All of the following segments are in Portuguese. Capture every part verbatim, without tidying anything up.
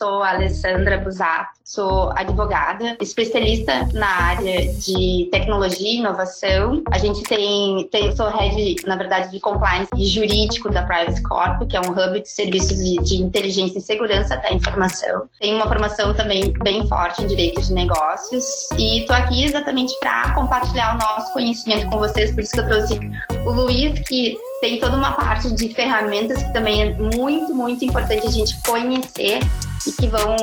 sou a Alessandra Busato, sou advogada, especialista na área de tecnologia e inovação. A gente tem, tem sou head, na verdade, de compliance e jurídico da Privacy Corp, que é um hub de serviços de, de inteligência e segurança da informação. Tenho uma formação também bem forte em direito de negócios e estou aqui exatamente para compartilhar o nosso conhecimento com vocês, por isso que eu trouxe o Luiz, que tem toda uma parte de ferramentas que também é muito, muito importante a gente conhecer e que vão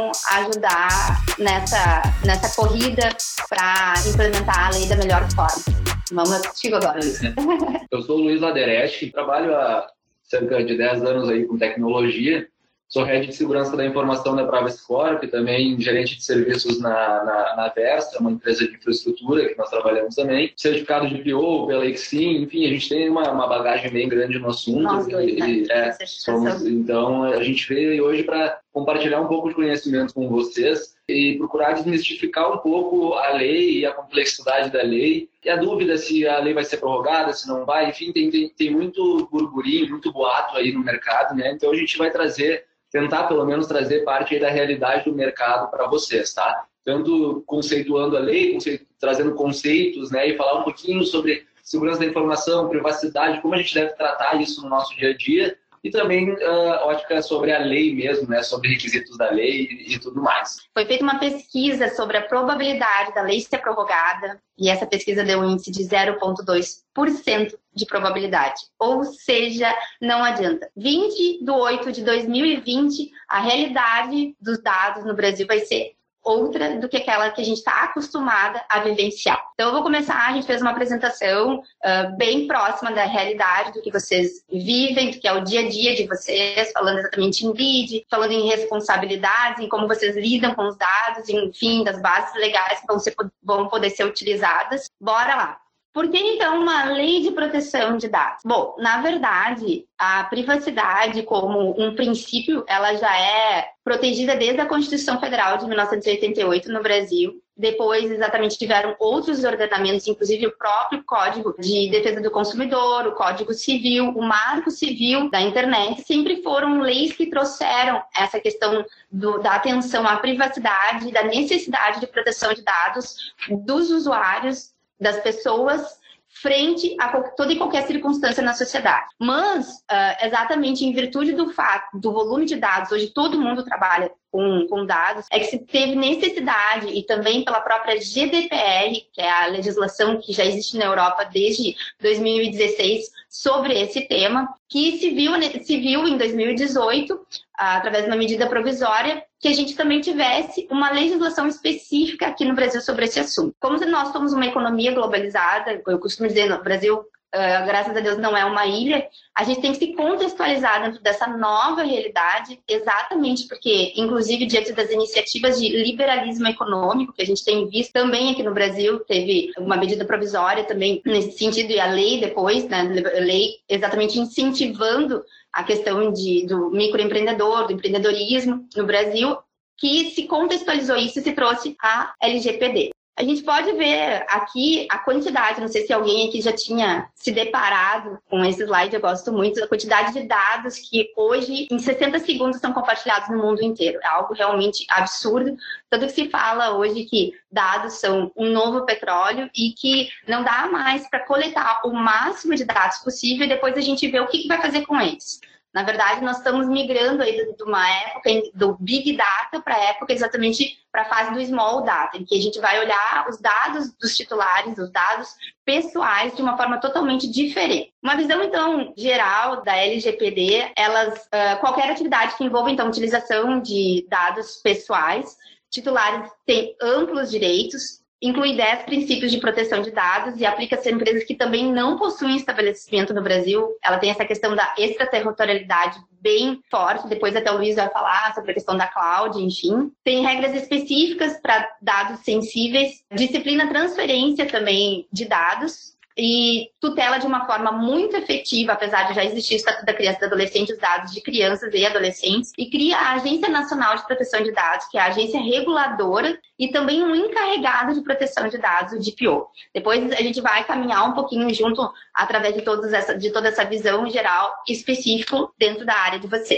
ajudar nessa, nessa corrida para implementar a lei da melhor forma. Vamos contigo agora, Luiz. Eu sou o Luiz Laderete, trabalho há cerca de dez anos aí com tecnologia. Sou head de segurança da informação da Privacy Corp, também gerente de serviços na, na, na Versa, uma empresa de infraestrutura que nós trabalhamos também. Certificado de P O pela Exim, enfim, a gente tem uma, uma bagagem bem grande no assunto. Nós dois, e, né? é, somos, então, a gente veio hoje para compartilhar um pouco de conhecimento com vocês e procurar desmistificar um pouco a lei e a complexidade da lei. E a dúvida se a lei vai ser prorrogada, se não vai, enfim, tem, tem, tem muito burburinho, muito boato aí no mercado, né? Então a gente vai trazer tentar pelo menos trazer parte aí da realidade do mercado para vocês, tá? Tanto conceituando a lei, conceito, trazendo conceitos, né, e falar um pouquinho sobre segurança da informação, privacidade, como a gente deve tratar isso no nosso dia a dia, e também uh, ótica sobre a lei mesmo, né, sobre requisitos da lei e, e tudo mais. Foi feita uma pesquisa sobre a probabilidade da lei ser prorrogada, e essa pesquisa deu um índice de zero vírgula dois por cento de probabilidade. Ou seja, não adianta. vinte de oito de dois mil e vinte, a realidade dos dados no Brasil vai ser outra do que aquela que a gente está acostumada a vivenciar. Então, eu vou começar, a gente fez uma apresentação uh, bem próxima da realidade, do que vocês vivem, do que é o dia a dia de vocês, falando exatamente em lead, falando em responsabilidades, em como vocês lidam com os dados, enfim, das bases legais que vão, ser, vão poder ser utilizadas. Bora lá! Por que, então, uma lei de proteção de dados? Bom, na verdade, a privacidade como um princípio, ela já é protegida desde a Constituição Federal de mil novecentos e oitenta e oito no Brasil. Depois, exatamente, tiveram outros ordenamentos, inclusive o próprio Código de Defesa do Consumidor, o Código Civil, o Marco Civil da Internet. Sempre foram leis que trouxeram essa questão do, da atenção à privacidade, da necessidade de proteção de dados dos usuários, das pessoas, frente a toda e qualquer circunstância na sociedade. Mas, uh, exatamente em virtude do fato do volume de dados, hoje todo mundo trabalha com, com dados, é que se teve necessidade, e também pela própria G D P R, que é a legislação que já existe na Europa desde dois mil e dezesseis, sobre esse tema, que se viu, se viu em dois mil e dezoito, através de uma medida provisória, que a gente também tivesse uma legislação específica aqui no Brasil sobre esse assunto. Como nós somos uma economia globalizada, eu costumo dizer, no Brasil, Uh, graças a Deus, não é uma ilha, a gente tem que se contextualizar dentro dessa nova realidade, exatamente porque, inclusive, diante das iniciativas de liberalismo econômico que a gente tem visto também aqui no Brasil, teve uma medida provisória também nesse sentido, e a lei depois, né, a lei exatamente incentivando a questão de, do microempreendedor, do empreendedorismo no Brasil, que se contextualizou isso e se trouxe a L G P D. A gente pode ver aqui a quantidade, não sei se alguém aqui já tinha se deparado com esse slide, eu gosto muito, a quantidade de dados que hoje, em sessenta segundos, são compartilhados no mundo inteiro. É algo realmente absurdo. Tanto que se fala hoje que dados são um novo petróleo e que não dá mais para coletar o máximo de dados possível e depois a gente vê o que vai fazer com eles. Na verdade, nós estamos migrando aí de uma época do Big Data para a época exatamente para a fase do Small Data, em que a gente vai olhar os dados dos titulares, os dados pessoais de uma forma totalmente diferente. Uma visão, então, geral da L G P D, elas, uh, qualquer atividade que envolva, então, utilização de dados pessoais, titulares têm amplos direitos, inclui dez princípios de proteção de dados e aplica-se a empresas que também não possuem estabelecimento no Brasil. Ela tem essa questão da extraterritorialidade bem forte, depois até o Luiz vai falar sobre a questão da cloud, enfim. Tem regras específicas para dados sensíveis, disciplina transferência também de dados, e tutela de uma forma muito efetiva, apesar de já existir o Estatuto da Criança e do Adolescente, os dados de crianças e adolescentes, e cria a Agência Nacional de Proteção de Dados, que é a agência reguladora e também um encarregado de proteção de dados, o D P O. Depois a gente vai caminhar um pouquinho junto, através de, todos essa, de toda essa visão geral específica dentro da área de vocês.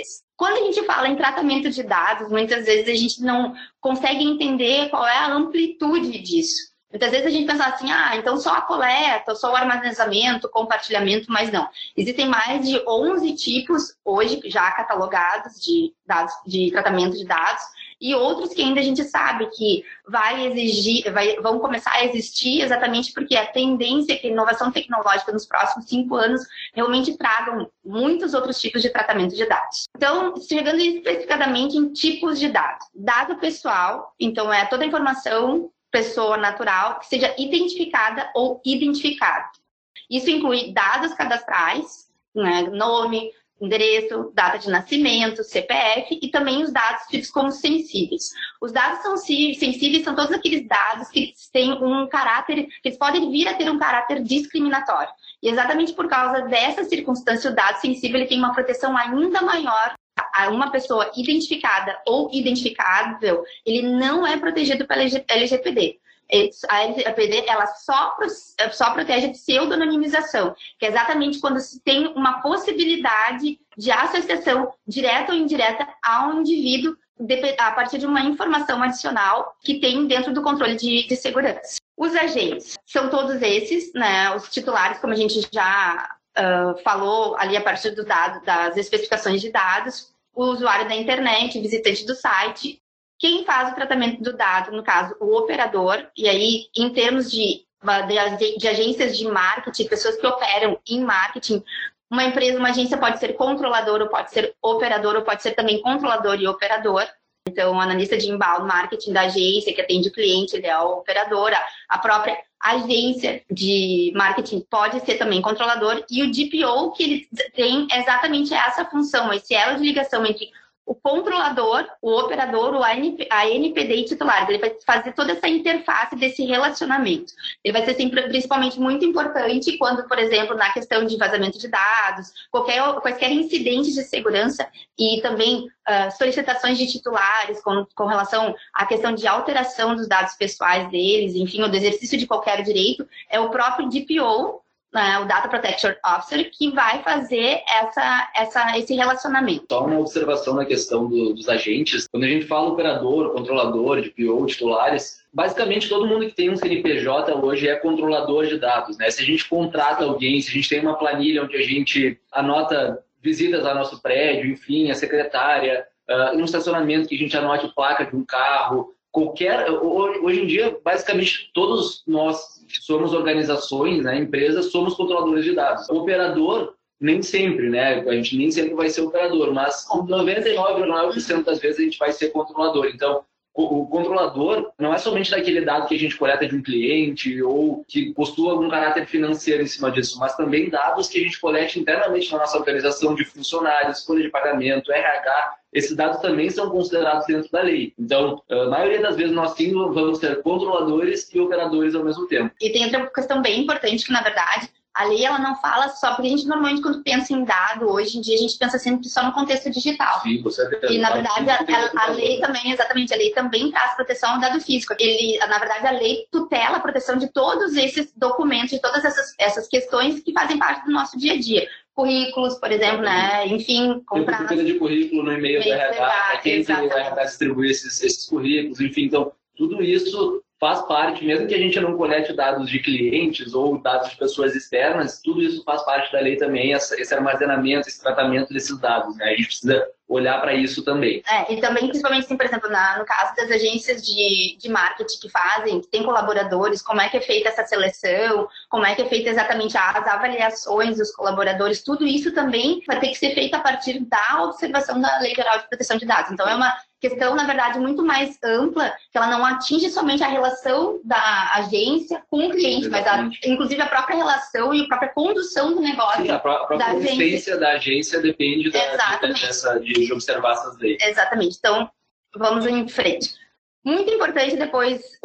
Quando a gente fala em tratamento de dados, muitas vezes a gente não consegue entender qual é a amplitude disso. Muitas vezes a gente pensa assim, ah, então só a coleta, só o armazenamento, compartilhamento, mas não. Existem mais de onze tipos hoje já catalogados de dados, de tratamento de dados, e outros que ainda a gente sabe que vai exigir, vai, vão começar a existir exatamente porque a tendência é que a inovação tecnológica nos próximos cinco anos realmente tragam muitos outros tipos de tratamento de dados. Então, chegando especificadamente em tipos de dados. Dado pessoal, então é toda a informação pessoa natural que seja identificada ou identificado. Isso inclui dados cadastrais, né, nome, endereço, data de nascimento, C P F e também os dados tidos como sensíveis. Os dados são sensíveis são todos aqueles dados que têm um caráter, que eles podem vir a ter um caráter discriminatório. E exatamente por causa dessa circunstância, o dado sensível ele tem uma proteção ainda maior. Uma pessoa identificada ou identificável, ele não é protegido pela L G P D. A L G P D ela só, só protege a pseudonimização, que é exatamente quando se tem uma possibilidade de associação direta ou indireta ao indivíduo a partir de uma informação adicional que tem dentro do controle de, de segurança. Os agentes são todos esses, né? Os titulares, como a gente já uh, falou ali a partir do dado, das especificações de dados, o usuário da internet, o visitante do site. Quem faz o tratamento do dado, no caso, o operador, e aí, em termos de, de, de agências de marketing, pessoas que operam em marketing, uma empresa, uma agência pode ser controlador, ou pode ser operador, ou pode ser também controlador e operador. Então, o analista de inbound marketing da agência que atende o cliente, ele é o operador, a própria agência de marketing pode ser também controlador, e o D P O que ele tem é exatamente essa função, esse elo de ligação entre o controlador, o operador, o A N P D e titulares. Ele vai fazer toda essa interface desse relacionamento. Ele vai ser sempre, principalmente muito importante quando, por exemplo, na questão de vazamento de dados, qualquer, quaisquer incidentes de segurança e também uh, solicitações de titulares com, com relação à questão de alteração dos dados pessoais deles, enfim, o do exercício de qualquer direito, é o próprio D P O, o Data Protection Officer, que vai fazer essa, essa, esse relacionamento. Só uma observação na questão do, dos agentes. Quando a gente fala operador, controlador, D P O, titulares, basicamente todo mundo que tem um C N P J hoje é controlador de dados, né? Se a gente contrata alguém, se a gente tem uma planilha onde a gente anota visitas ao nosso prédio, enfim, a secretária, uh, em um estacionamento que a gente anote a placa de um carro, qualquer... Hoje em dia, basicamente, todos nós somos organizações, né, empresas, somos controladores de dados. O operador, nem sempre, né? A gente nem sempre vai ser operador, mas noventa e nove vírgula nove por cento das vezes a gente vai ser controlador. Então, o controlador não é somente daquele dado que a gente coleta de um cliente ou que possui algum caráter financeiro em cima disso, mas também dados que a gente coleta internamente na nossa organização de funcionários, folha de pagamento, R H. Esses dados também são considerados dentro da lei. Então, a maioria das vezes nós sim vamos ser controladores e operadores ao mesmo tempo. E tem outra questão bem importante que, na verdade, a lei ela não fala só, porque a gente normalmente quando pensa em dado, hoje em dia a gente pensa sempre só no contexto digital. Sim, você é E na verdade a, a lei também, exatamente, a lei também traz proteção ao dado físico. Ele, na verdade, a lei tutela a proteção de todos esses documentos, de todas essas, essas questões que fazem parte do nosso dia a dia. Currículos, por exemplo, né? Enfim, comprar. Tem de currículo no e-mail do R H, quem o R H distribui esses, esses currículos, enfim, então tudo isso faz parte, mesmo que a gente não colete dados de clientes ou dados de pessoas externas, tudo isso faz parte da lei também, esse armazenamento, esse tratamento desses dados, né? A gente precisa olhar para isso também. É, e também, principalmente, assim, por exemplo, na, no caso das agências de, de marketing que fazem, que tem colaboradores, como é que é feita essa seleção, como é que é feita exatamente as avaliações dos colaboradores, tudo isso também vai ter que ser feito a partir da observação da Lei Geral de Proteção de Dados. Então, é uma questão, na verdade, muito mais ampla, que ela não atinge somente a relação da agência com o cliente, Exatamente. mas a, inclusive a própria relação e a própria condução do negócio. Sim, a própria da existência da agência depende da, de, dessa, de, de observar essas leis. Exatamente. Então, vamos em frente. Muito importante, depois o,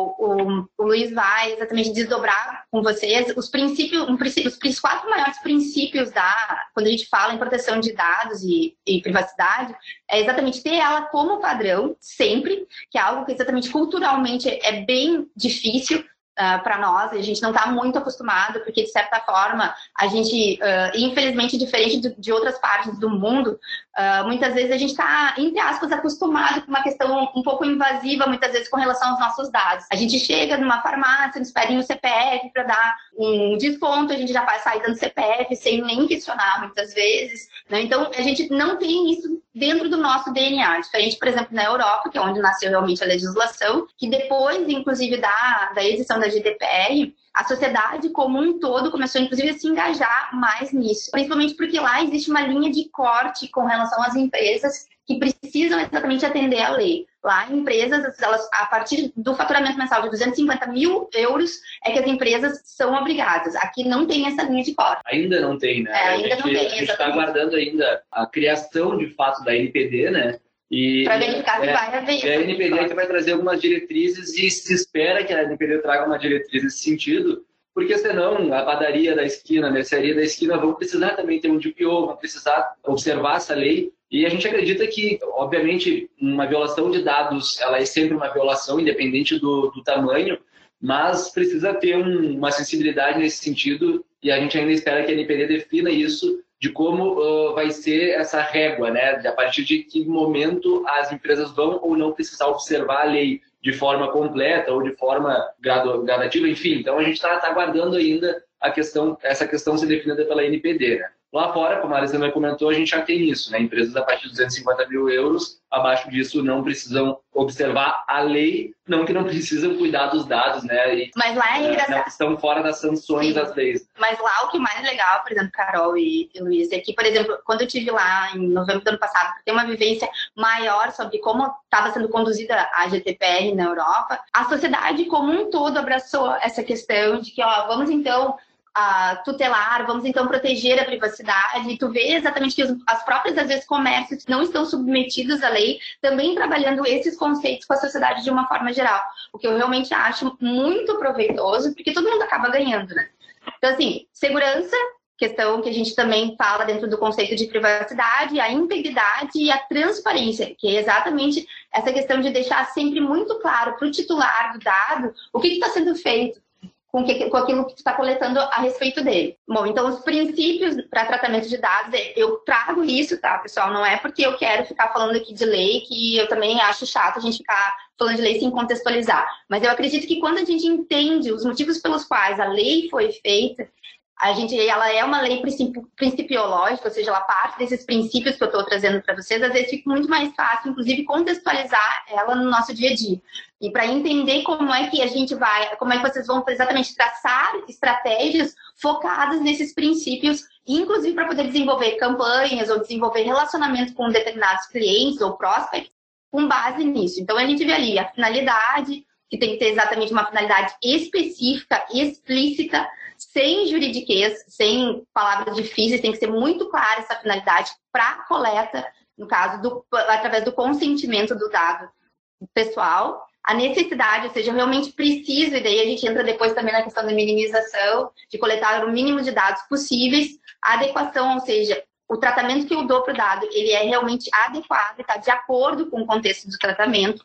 o, o Luiz vai exatamente desdobrar com vocês os princípios, um, os quatro maiores princípios da, quando a gente fala em proteção de dados e, e privacidade, é exatamente ter ela como padrão, sempre, que é algo que exatamente culturalmente é bem difícil uh, para nós, a gente não está muito acostumado, porque, de certa forma, a gente, uh, infelizmente, diferente de, de outras partes do mundo, uh, muitas vezes a gente está, entre aspas, acostumado com uma questão um pouco invasiva, muitas vezes, com relação aos nossos dados. A gente chega numa farmácia, nos pedem o C P F para dar um desconto, a gente já vai sair dando C P F sem nem questionar, muitas vezes, né? Então, a gente não tem isso dentro do nosso D N A, diferente, por exemplo, na Europa, que é onde nasceu realmente a legislação, que depois, inclusive, da, da edição da G D P R, a sociedade como um todo começou, inclusive, a se engajar mais nisso, principalmente porque lá existe uma linha de corte com relação às empresas que precisam exatamente atender a lei. Lá, empresas, elas, a partir do faturamento mensal de duzentos e cinquenta mil euros, é que as empresas são obrigadas. Aqui não tem essa linha de corte. Ainda não tem, né? É, ainda a gente, não tem, a gente está aguardando ainda a criação, de fato, da N P D, né? Para verificar se é, vai haver isso. E a N P D que vai trazer algumas diretrizes e se espera que a N P D traga uma diretriz nesse sentido, porque senão a padaria da esquina, a mercearia da esquina vão precisar também ter um D P O, vão precisar observar essa lei. E a gente acredita que, obviamente, uma violação de dados ela é sempre uma violação, independente do, do tamanho, mas precisa ter um, uma sensibilidade nesse sentido e a gente ainda espera que a N P D defina isso de como uh, vai ser essa régua, né? A partir de que momento as empresas vão ou não precisar observar a lei de forma completa ou de forma gradu gradativa, enfim. Então a gente está tá aguardando ainda a questão, essa questão ser definida pela N P D, né? Lá fora, como a Alessandra comentou, a gente já tem isso, né? Empresas a partir de duzentos e cinquenta mil euros, abaixo disso não precisam observar a lei, não que não precisam cuidar dos dados, né? E, mas lá é engraçado. Né, estão fora das sanções das leis. Mas lá o que mais legal, por exemplo, Carol e, e Luiz, é que, por exemplo, quando eu estive lá em novembro do ano passado, tem uma vivência maior sobre como estava sendo conduzida a G D P R na Europa, a sociedade como um todo abraçou essa questão de que, ó, vamos então a tutelar, vamos então proteger a privacidade, e tu vê exatamente que as próprias, às vezes, comércios não estão submetidos à lei, também trabalhando esses conceitos com a sociedade de uma forma geral, o que eu realmente acho muito proveitoso, porque todo mundo acaba ganhando, né? Então, assim, segurança, questão que a gente também fala dentro do conceito de privacidade, a integridade e a transparência, que é exatamente essa questão de deixar sempre muito claro para o titular do dado o que está sendo feito com, que, com aquilo que tu está coletando a respeito dele. Bom, então os princípios para tratamento de dados, eu trago isso, tá, pessoal? Não é porque eu quero ficar falando aqui de lei, que eu também acho chato a gente ficar falando de lei sem contextualizar. Mas eu acredito que quando a gente entende os motivos pelos quais a lei foi feita, a gente, ela é uma lei principiológica, ou seja, ela parte desses princípios que eu estou trazendo para vocês, às vezes fica muito mais fácil, inclusive, contextualizar ela no nosso dia a dia. E para entender como é que a gente vai, como é que vocês vão exatamente traçar estratégias focadas nesses princípios, inclusive para poder desenvolver campanhas ou desenvolver relacionamento com determinados clientes ou prospects com base nisso. Então, a gente vê ali a finalidade, que tem que ter exatamente uma finalidade específica, explícita, sem juridiquês, sem palavras difíceis, tem que ser muito clara essa finalidade para a coleta, no caso, do, através do consentimento do dado pessoal. A necessidade, ou seja, eu realmente preciso, e daí a gente entra depois também na questão da minimização, de coletar o mínimo de dados possíveis, a adequação, ou seja, o tratamento que eu dou para o dado, ele é realmente adequado, está de acordo com o contexto do tratamento.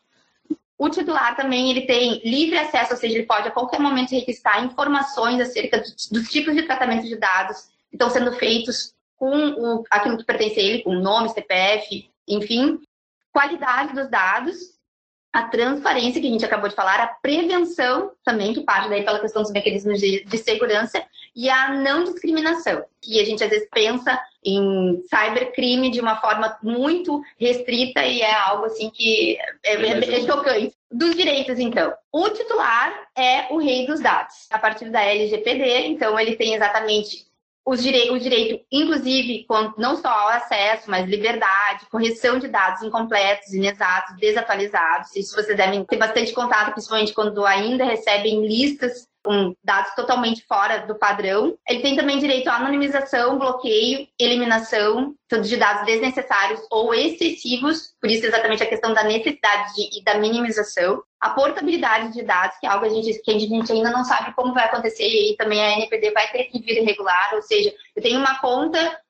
O titular também ele tem livre acesso, ou seja, ele pode a qualquer momento requisitar informações acerca dos, dos tipos de tratamento de dados que estão sendo feitos com o, aquilo que pertence a ele, com nome, C P F, enfim. Qualidade dos dados, a transparência que a gente acabou de falar, a prevenção também, que parte daí pela questão dos mecanismos de, de segurança, e a não discriminação, que a gente às vezes pensa em cybercrime de uma forma muito restrita e é algo assim que é, é, é chocante. Dos direitos, então. O titular é o rei dos dados. A partir da L G P D, então ele tem exatamente os direi o direito, inclusive, não só ao acesso, mas liberdade, correção de dados incompletos, inexatos, desatualizados. Isso vocês devem ter bastante contato, principalmente quando ainda recebem listas com dados totalmente fora do padrão. Ele tem também direito à anonimização, bloqueio, eliminação de dados desnecessários ou excessivos, por isso exatamente a questão da necessidade de, e da minimização. A portabilidade de dados, que é algo a gente, que a gente ainda não sabe como vai acontecer, e também a N P D vai ter que vir regular, ou seja, eu tenho uma conta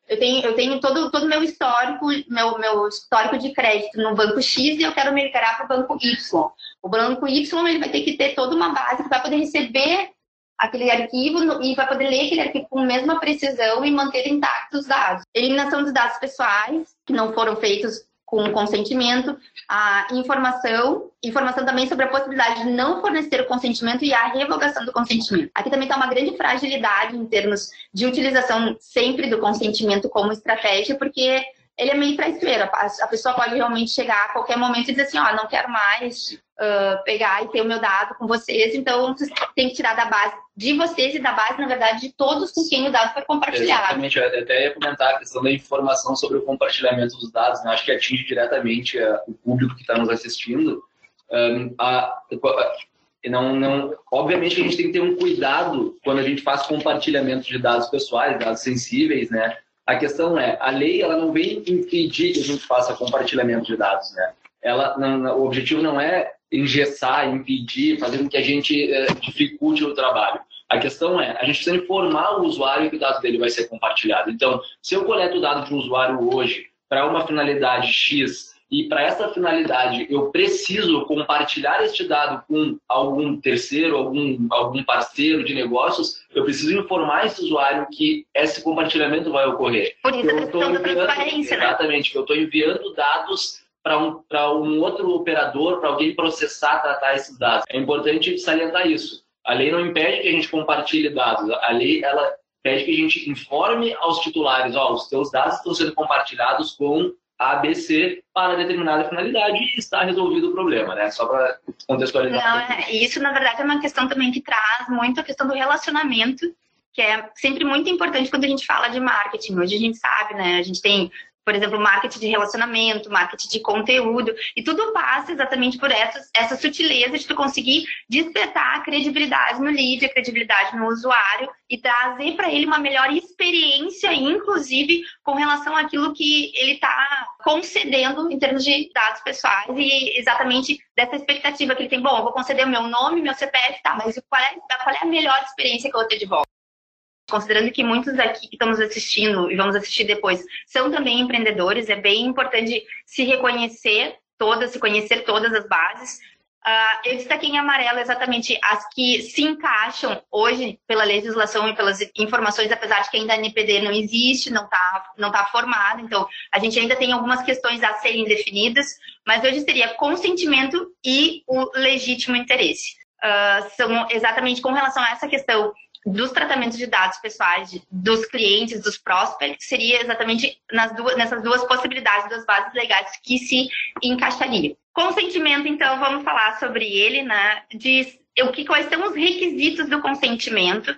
eu tenho, eu tenho todo o todo meu histórico, meu, meu histórico de crédito no banco X e eu quero migrar para o banco Y. O banco Y ele vai ter que ter toda uma base que vai poder receber aquele arquivo e vai poder ler aquele arquivo com a mesma precisão e manter intactos os dados. Eliminação dos dados pessoais que não foram feitos com consentimento, a informação, informação também sobre a possibilidade de não fornecer o consentimento e a revogação do consentimento. Aqui também está uma grande fragilidade em termos de utilização sempre do consentimento como estratégia, porque ele é meio traiçoeiro. A pessoa pode realmente chegar a qualquer momento e dizer assim, ó, oh, não quero mais uh, pegar e ter o meu dado com vocês, então vocês têm que tirar da base de vocês e da base, na verdade, de todos com quem o dado foi compartilhado. Exatamente, eu até ia comentar a questão da informação sobre o compartilhamento dos dados, né? Acho que atinge diretamente uh, o público que está nos assistindo. Um, a, a, não, não, obviamente que a gente tem que ter um cuidado quando a gente faz compartilhamento de dados pessoais, dados sensíveis, né? A questão é, a lei ela não vem impedir que a gente faça compartilhamento de dados, né? Ela não, o objetivo não é engessar, impedir, fazer com que a gente é, dificulte o trabalho. A questão é, a gente precisa informar o usuário que o dado dele vai ser compartilhado. Então, se eu coleto o dado de um usuário hoje para uma finalidade X e para essa finalidade eu preciso compartilhar este dado com algum terceiro, algum, algum parceiro de negócios, eu preciso informar esse usuário que esse compartilhamento vai ocorrer. Por isso a questão da transparência, né? Exatamente, que eu estou enviando dados para um, para um outro operador, para alguém processar, tratar esses dados. É importante salientar isso. A lei não impede que a gente compartilhe dados. A lei ela pede que a gente informe aos titulares, ó, os seus dados estão sendo compartilhados com A B C para determinada finalidade e está resolvido o problema, né? Só para contextualizar. Não, é, isso, na verdade, é uma questão também que traz muito a questão do relacionamento, que é sempre muito importante quando a gente fala de marketing. Hoje a gente sabe, né? A gente tem, por exemplo, marketing de relacionamento, marketing de conteúdo, e tudo passa exatamente por essas, essa sutileza de tu conseguir despertar a credibilidade no lead, a credibilidade no usuário e trazer para ele uma melhor experiência, inclusive com relação àquilo que ele está concedendo em termos de dados pessoais e exatamente dessa expectativa que ele tem. Bom, eu vou conceder o meu nome, meu C P F, tá, mas qual é, qual é a melhor experiência que eu vou ter de volta? Considerando que muitos aqui que estamos assistindo e vamos assistir depois são também empreendedores, é bem importante se reconhecer todas, se conhecer todas as bases. Uh, eu destaquei em amarelo exatamente as que se encaixam hoje pela legislação e pelas informações, apesar de que ainda a N P D não existe, não está não tá formada, então a gente ainda tem algumas questões a serem definidas, mas hoje seria consentimento e o legítimo interesse. Uh, são exatamente com relação a essa questão dos tratamentos de dados pessoais dos clientes, dos prospects, seria exatamente nas duas, nessas duas possibilidades, duas bases legais que se encaixariam. Consentimento, então, vamos falar sobre ele, né? De o que, quais são os requisitos do consentimento.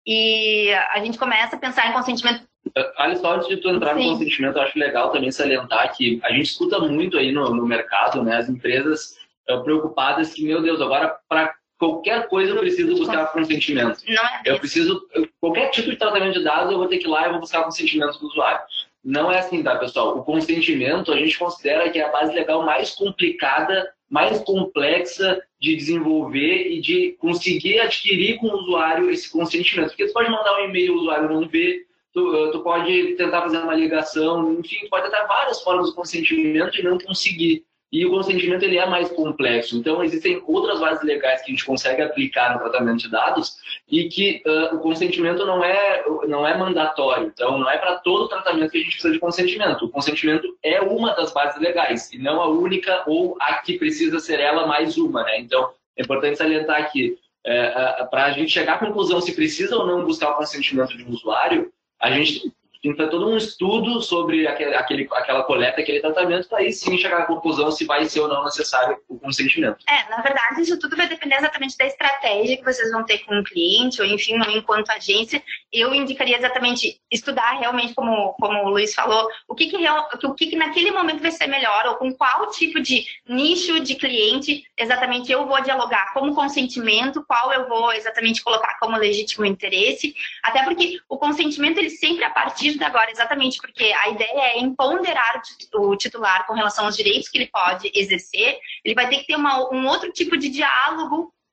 E a gente começa a pensar em consentimento. Alice, só antes de tu entrar Sim. no consentimento, eu acho legal também salientar que a gente escuta muito aí no, no mercado, né? As empresas uh, preocupadas que, meu Deus, agora para qualquer coisa eu preciso buscar consentimento. Não é eu preciso, qualquer tipo de tratamento de dados eu vou ter que ir lá e vou buscar consentimento do usuário. Não é assim, tá, pessoal? O consentimento a gente considera que é a base legal mais complicada, mais complexa de desenvolver e de conseguir adquirir com o usuário esse consentimento. Porque tu pode mandar um e-mail, o usuário não vê, tu, tu pode tentar fazer uma ligação, enfim, tu pode tentar várias formas de consentimento e não conseguir. E o consentimento ele é mais complexo. Então, existem outras bases legais que a gente consegue aplicar no tratamento de dados e que uh, o consentimento não é, não é mandatório. Então, não é para todo tratamento que a gente precisa de consentimento. O consentimento é uma das bases legais e não a única ou a que precisa ser ela mais uma, né? Então, é importante salientar que uh, uh, para a gente chegar à conclusão se precisa ou não buscar o consentimento de um usuário, a gente tem que ter todo um estudo sobre aquele, aquele, aquela coleta, aquele tratamento, para aí sim chegar à conclusão se vai ser ou não necessário o consentimento. É, na verdade, isso tudo vai depender exatamente da estratégia que vocês vão ter com o cliente, ou enfim, ou enquanto agência. Eu indicaria exatamente estudar realmente, como, como o Luiz falou, o que que, real, o que que naquele momento vai ser melhor, ou com qual tipo de nicho de cliente exatamente eu vou dialogar como consentimento, qual eu vou exatamente colocar como legítimo interesse, até porque o consentimento, ele sempre a partir de agora, exatamente porque a ideia é empoderar o titular com relação aos direitos que ele pode exercer, ele vai ter que ter uma, um outro tipo de diálogo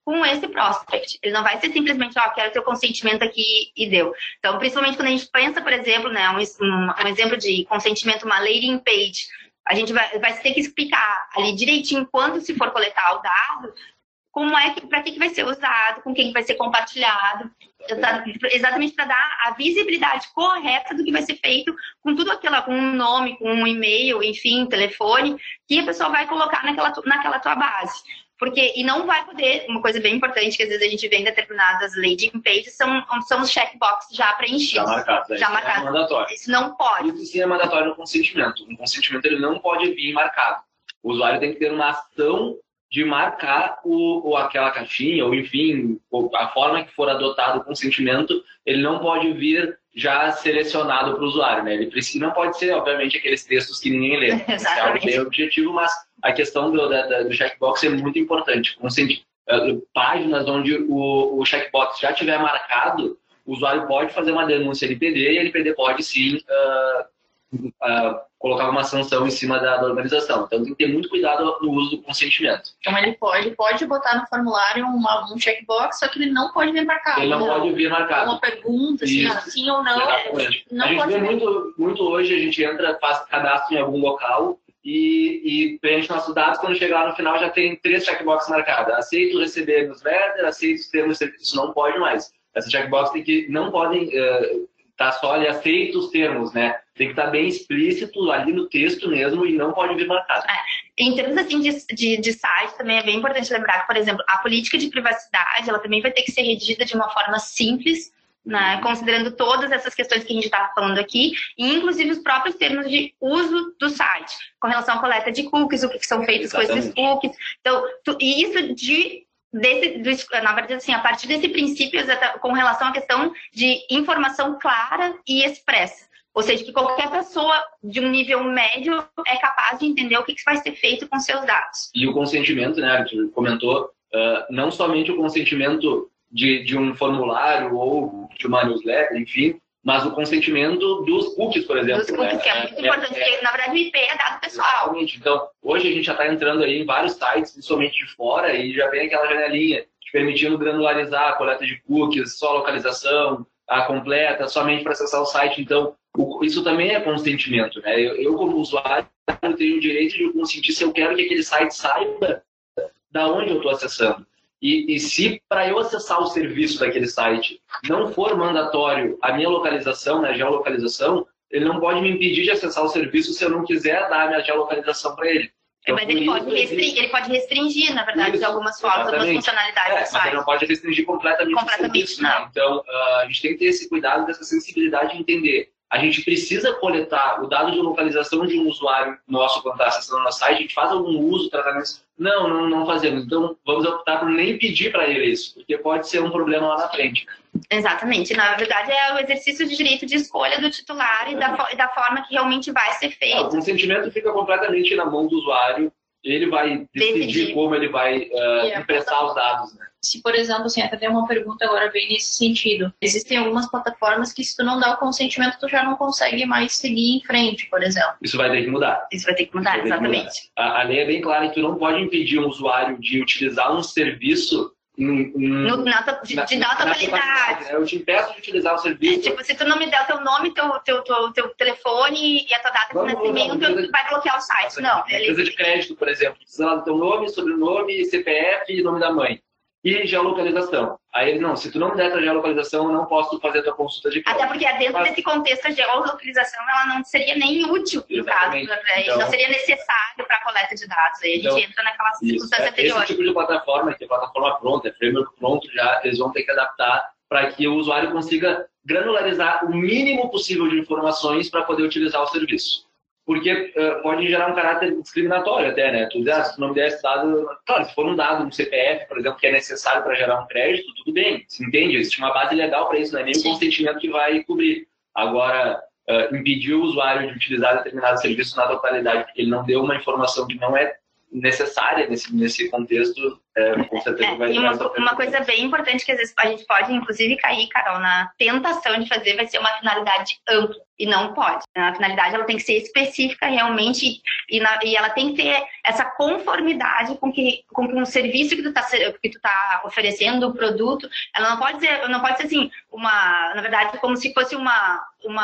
com esse prospect. Ele não vai ser simplesmente, ó, oh, quero teu consentimento aqui e deu. Então, principalmente quando a gente pensa, por exemplo, né, um, um, um exemplo de consentimento, uma landing page, a gente vai, vai ter que explicar ali direitinho quando se for coletar o dado, como é que, para que, que vai ser usado, com quem vai ser compartilhado, exatamente para dar a visibilidade correta do que vai ser feito com tudo aquilo, com um nome, com um e-mail, enfim, telefone, que a pessoa vai colocar naquela, naquela tua base. Porque, e não vai poder, uma coisa bem importante que às vezes a gente vê em determinadas landing pages, são, são os checkboxes já preenchidos. Já marcados. Já marcados. É mandatório. Isso não pode. Isso sim é mandatório no consentimento. No consentimento ele não pode vir marcado. O usuário tem que ter uma ação de marcar o, ou aquela caixinha, ou enfim, a forma que for adotado o consentimento, ele não pode vir já selecionado para o usuário, né? Ele precisa, não pode ser, obviamente, aqueles textos que ninguém lê. Exatamente. É o objetivo, mas a questão do, da, do checkbox é muito importante. Consenti, uh, páginas onde o, o checkbox já tiver marcado, o usuário pode fazer uma denúncia L P D e a L P D pode sim uh, Uh, colocar uma sanção em cima da, da organização. Então tem que ter muito cuidado no uso do consentimento. Então ele pode, pode botar no formulário uma, um checkbox, só que ele não pode vir marcado. Ele não, não pode vir marcado. Uma pergunta, assim, sim ou não. não a gente pode vê vir. muito, muito hoje, a gente entra, faz cadastro em algum local e, e preenche nossos dados, quando chegar lá no final já tem três checkboxes marcadas. Aceito receber newsletter, aceito os termos de serviço. Isso não pode mais. Essas checkboxes tem que, não podem... Uh, tá só ali, aceita os termos, né? Tem que estar bem explícito ali no texto mesmo e não pode vir marcado. É, em termos assim de, de, de site, também é bem importante lembrar que, por exemplo, a política de privacidade, ela também vai ter que ser redigida de uma forma simples, né? Considerando todas essas questões que a gente está falando aqui, e inclusive os próprios termos de uso do site, com relação à coleta de cookies, o que são feitos Exatamente. com esses cookies. Então, tu, e isso de... Desse, do, na verdade, assim, a partir desse princípio com relação à questão de informação clara e expressa. Ou seja, que qualquer pessoa de um nível médio é capaz de entender o que vai ser feito com seus dados. E o consentimento, né, Arthur comentou, uh, não somente o consentimento de, de um formulário ou de uma newsletter, enfim, mas o consentimento dos cookies, por exemplo. Dos cookies, né? que é muito é, importante, é, porque na verdade o I P é dado pessoal. Exatamente. Então, hoje a gente já está entrando aí em vários sites, principalmente de fora, e já vem aquela janelinha permitindo granularizar a coleta de cookies, só localização, a completa, somente para acessar o site. Então, o, isso também é consentimento, né? Eu, eu, como usuário, eu tenho o direito de consentir se eu quero que aquele site saiba da onde eu estou acessando. E, e se para eu acessar o serviço daquele site não for mandatório a minha localização, né, a geolocalização, ele não pode me impedir de acessar o serviço se eu não quiser dar a minha geolocalização para ele. Então, mas ele pode, restringir, ele pode restringir, na verdade, isso, de algumas formas, algumas funcionalidades é, do site. Mas ele não pode restringir completamente, completamente o serviço. Né? Então, uh, a gente tem que ter esse cuidado, dessa sensibilidade de entender. A gente precisa coletar o dado de localização de um usuário nosso quando está acessando o nosso site, a gente faz algum uso, tratamento. Não, não, não fazemos. Então, vamos optar por nem pedir para ele isso, porque pode ser um problema lá na frente. Exatamente. Na verdade, é o exercício de direito de escolha do titular e da, da forma que realmente vai ser feito. O consentimento fica completamente na mão do usuário. Ele vai decidir, decidir. como ele vai uh, yeah. emprestar os dados, né? Se, por exemplo, assim, até tem uma pergunta agora bem nesse sentido. Existem algumas plataformas que se tu não dá o consentimento, tu já não consegue mais seguir em frente, por exemplo. Isso vai ter que mudar. Isso vai ter que mudar, exatamente. Que mudar. A, a lei é bem clara que tu não pode impedir um usuário de utilizar um serviço em, em, no, na, de, na, de dar atualidade. Né? Eu te impeço de utilizar o serviço. É, tipo, se tu não me der o teu nome, teu, teu, teu, teu telefone e a tua data de nascimento, tu vai bloquear o site. Não. Empresa de crédito, por exemplo. Precisa do teu nome, sobrenome, C P F e nome da mãe. E geolocalização. Aí ele, não, se tu não me der a geolocalização, eu não posso fazer a tua consulta de crédito. Até porque dentro Mas... desse contexto, a geolocalização ela não seria nem útil, no caso, então... não seria necessário para a coleta de dados. Aí a gente então, entra naquela circunstância anterior. Esse tipo de plataforma, que é plataforma pronta, é framework pronto, já eles vão ter que adaptar para que o usuário consiga granularizar o mínimo possível de informações para poder utilizar o serviço. Porque uh, pode gerar um caráter discriminatório até, né? Tu diz, ah, se tu não me der esse dado... Claro, se for um dado, um C P F, por exemplo, que é necessário para gerar um crédito, tudo bem, se entende? Existe uma base legal para isso, não é nem o consentimento que vai cobrir. Agora, uh, impedir o usuário de utilizar determinado serviço na totalidade porque ele não deu uma informação que não é necessária nesse, nesse contexto, É, com certeza É, vai e uma, essa uma coisa bem importante que às vezes a gente pode, inclusive, cair, Carol, na tentação de fazer, vai ser uma finalidade ampla. E não pode. A finalidade ela tem que ser específica realmente e, na, e ela tem que ter essa conformidade com que com, com o serviço que tu está que tu tá oferecendo, o produto. Ela não pode ser, não pode ser assim, uma, na verdade, como se fosse uma,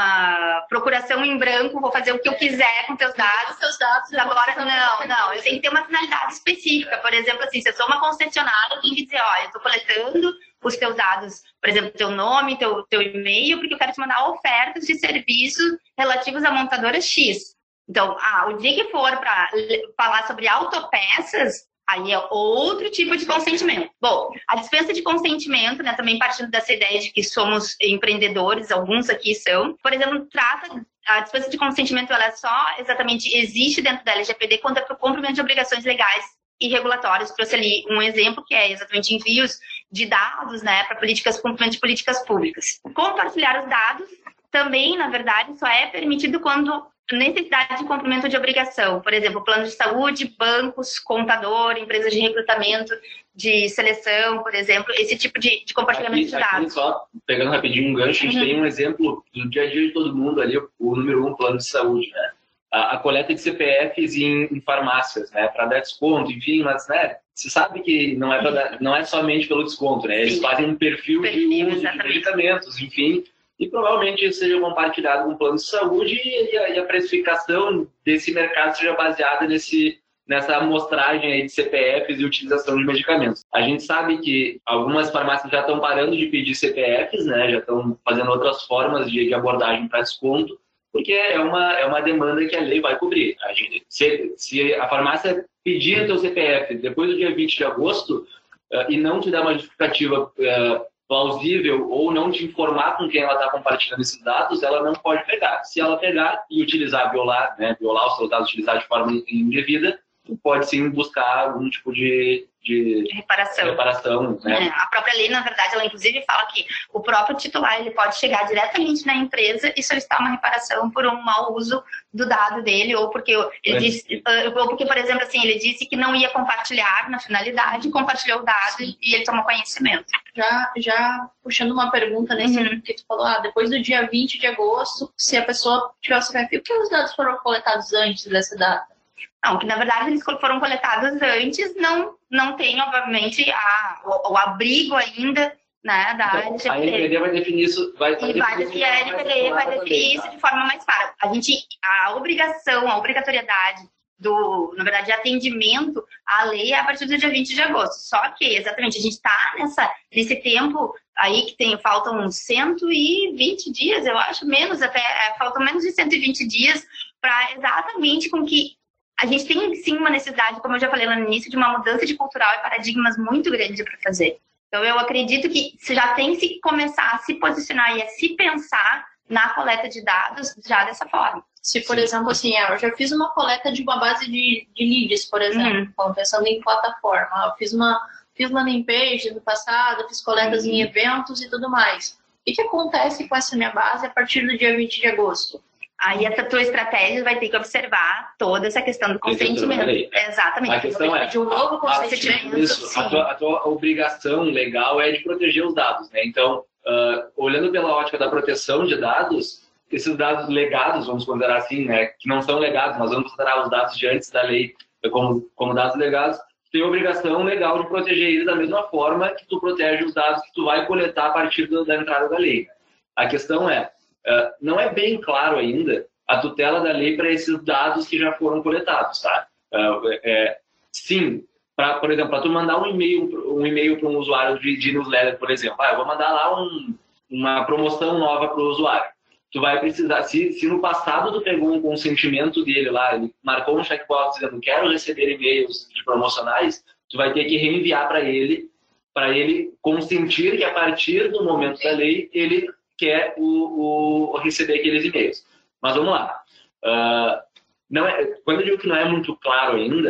uma procuração em branco, vou fazer o que eu quiser com teus dados. Teus dados agora, não, não. Eu tenho que ter uma finalidade específica. Por exemplo, assim, se eu sou uma concessionária, eu tenho que dizer, olha, eu estou coletando os teus dados, por exemplo, teu nome, teu, teu e-mail, porque eu quero te mandar ofertas de serviços relativos à montadora X. Então, ah, o dia que for para falar sobre autopeças, aí é outro tipo de consentimento. Bom, a dispensa de consentimento, né, também partindo dessa ideia de que somos empreendedores, alguns aqui são, por exemplo, trata a dispensa de consentimento, ela só exatamente existe dentro da L G P D quando é para o cumprimento de obrigações legais e regulatórios. Trouxe ali um exemplo que é exatamente envios de dados, né, para políticas, cumprimento de políticas públicas. Compartilhar os dados também, na verdade, só é permitido quando necessidade de cumprimento de obrigação. Por exemplo, plano de saúde, bancos, contador, empresas de recrutamento, de seleção, por exemplo, esse tipo de, de compartilhamento aqui, de dados. Aqui, só pegando rapidinho um gancho, a gente uhum. tem um exemplo do dia a dia de todo mundo ali, o número um, plano de saúde, né? A, a coleta de C P Fs em, em farmácias, né, para dar desconto, enfim, mas, né, você sabe que não é, pra dar, não é somente pelo desconto, né? Eles Sim. fazem um perfil, perfil de uso exatamente. de medicamentos, enfim, e provavelmente isso seja compartilhado com o plano de saúde e a, e a precificação desse mercado seja baseada nesse, nessa amostragem aí de C P Fs e utilização de medicamentos. A gente sabe que algumas farmácias já estão parando de pedir C P Fs, né? Já estão fazendo outras formas de, de abordagem para desconto, porque é uma, é uma demanda que a lei vai cobrir. A gente, se, se a farmácia pedir o teu C P F depois do dia vinte de agosto uh, e não te dar uma justificativa uh, plausível ou não te informar com quem ela está compartilhando esses dados, ela não pode pegar. Se ela pegar e utilizar, violar, né, violar os seus dados, utilizar de forma indevida, pode sim buscar algum tipo de, de reparação. reparação né? É, a própria lei, na verdade, ela inclusive fala que o próprio titular ele pode chegar diretamente na empresa e solicitar uma reparação por um mau uso do dado dele, ou porque ele é. disse, ou porque, por exemplo, assim, ele disse que não ia compartilhar na finalidade, compartilhou o dado Sim. e ele tomou conhecimento. Já, já puxando uma pergunta nesse uhum. que tu falou, ah, depois do dia vinte de agosto, se a pessoa tiver o C P F, o que os dados foram coletados antes dessa data? Não, que na verdade eles foram coletados antes, não, não tem, obviamente, a, o, o abrigo ainda, né, da então, L G P D. A L G P D vai definir isso, vai, vai e vai definir, a L G P D vai definir isso de forma mais clara. A gente, a obrigação, a obrigatoriedade do, na verdade, de atendimento à lei é a partir do dia vinte de agosto. Só que, exatamente, a gente está nessa, nesse tempo aí que tem, faltam cento e vinte dias, eu acho, menos até, é, faltam menos de cento e vinte dias para exatamente com que a gente tem, sim, uma necessidade, como eu já falei lá no início, de uma mudança de cultural e paradigmas muito grande para fazer. Então, eu acredito que já tem que começar a se posicionar e a se pensar na coleta de dados já dessa forma. Se, por sim. exemplo, assim, eu já fiz uma coleta de uma base de, de leads, por exemplo, uhum. pensando em plataforma. Eu fiz uma fiz landing page no passado, fiz coletas uhum. em eventos e tudo mais. O que, que acontece com essa minha base a partir do dia vinte de agosto? Aí essa tua estratégia vai ter que observar toda essa questão do consentimento. Exatamente. A questão é, de um novo consentimento. Isso, a tua, a tua obrigação legal é de proteger os dados, né? Então, uh, olhando pela ótica da proteção de dados, esses dados legados, vamos considerar assim, né? Que não são legados, mas vamos considerar os dados de antes da lei como, como dados legados, tem a obrigação legal de proteger eles da mesma forma que tu protege os dados que tu vai coletar a partir do, da entrada da lei. A questão é, Uh, não é bem claro ainda a tutela da lei para esses dados que já foram coletados, tá? Uh, é, sim, pra, por exemplo, para tu mandar um e-mail um e-mail para um usuário de, de newsletter, por exemplo, ah, eu vou mandar lá um, uma promoção nova para o usuário. Tu vai precisar, se, se no passado tu pegou um consentimento dele lá, ele marcou um checkbox dizendo quero receber e-mails de promocionais, tu vai ter que reenviar para ele, para ele consentir que a partir do momento da lei ele quer o, o receber aqueles e-mails. Mas vamos lá. Uh, não é, quando eu digo que não é muito claro ainda,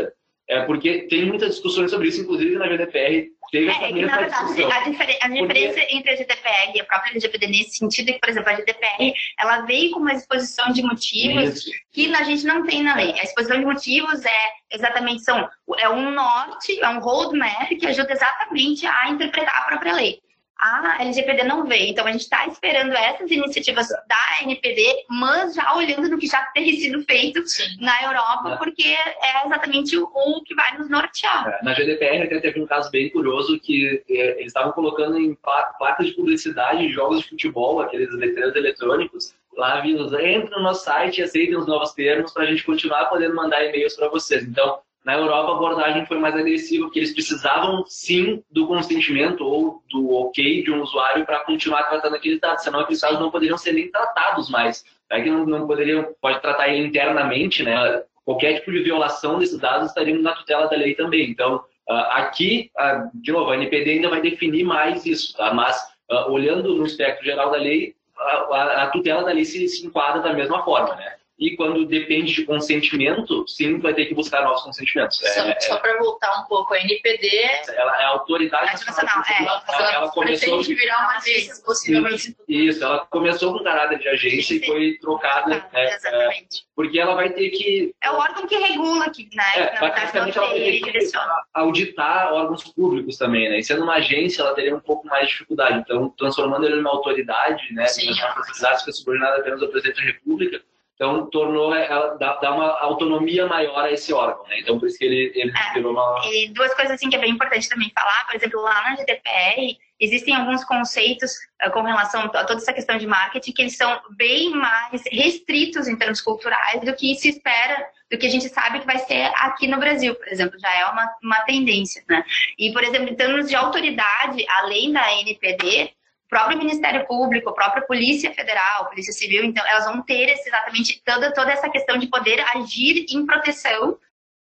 É porque tem muitas discussões sobre isso, inclusive na G D P R teve essa É, que mesma na verdade discussão. a, diferen a diferença porque... entre a G D P R e a própria L G P D nesse sentido é que, por exemplo, a G D P R ela veio com uma exposição de motivos isso. que a gente não tem na lei. A exposição de motivos é exatamente são, é um norte, é um roadmap que ajuda exatamente a interpretar a própria lei. A L G P D não veio, então a gente está esperando essas iniciativas da N P D, mas já olhando no que já tem sido feito Sim. na Europa, é. porque é exatamente o, o que vai nos nortear. É, na G D P R até teve um caso bem curioso que é, eles estavam colocando em placas de publicidade de jogos de futebol, aqueles letreiros eletrônicos, lá vindo, entre no nosso site e aceitem os novos termos para a gente continuar podendo mandar e-mails para vocês. Então, na Europa, a abordagem foi mais agressiva, porque eles precisavam, sim, do consentimento ou do ok de um usuário para continuar tratando aqueles dados, senão aqueles dados não poderiam ser nem tratados mais. É que não, não poderiam, pode tratar ele internamente, né? Qualquer tipo de violação desses dados estaria na tutela da lei também. Então, aqui, de novo, a N P D ainda vai definir mais isso, tá? Mas, olhando no espectro geral da lei, a, a tutela da lei se, se enquadra da mesma forma, né? E quando depende de consentimento, sim, vai ter que buscar novos consentimentos. Só, é, só é, para voltar um pouco, a N P D... Ela é a autoridade nacional. É, ela, ela, ela começou de virar uma agência, possivelmente. Isso, ela começou com caráter de agência e foi trocada. É, exatamente. É, porque ela vai ter que... É o órgão que regula aqui, né? É, na verdade, ela vai ter que auditar órgãos públicos também, né? E sendo uma agência, ela teria um pouco mais de dificuldade. Então, transformando ele numa autoridade, né? Sim, as responsabilidades que é subordinada apenas ao presidente da República, então, tornou, ela dá, dá uma autonomia maior a esse órgão, né? Então, por isso que ele, ele é, virou uma... E duas coisas assim que é bem importante também falar, por exemplo, lá na G D P R, existem alguns conceitos uh, com relação a toda essa questão de marketing que eles são bem mais restritos em termos culturais do que se espera, do que a gente sabe que vai ser aqui no Brasil, por exemplo, já é uma, uma tendência, né? E, por exemplo, em termos de autoridade, além da N P D, o próprio Ministério Público, a própria Polícia Federal, Polícia Civil, então elas vão ter esse, exatamente toda, toda essa questão de poder agir em proteção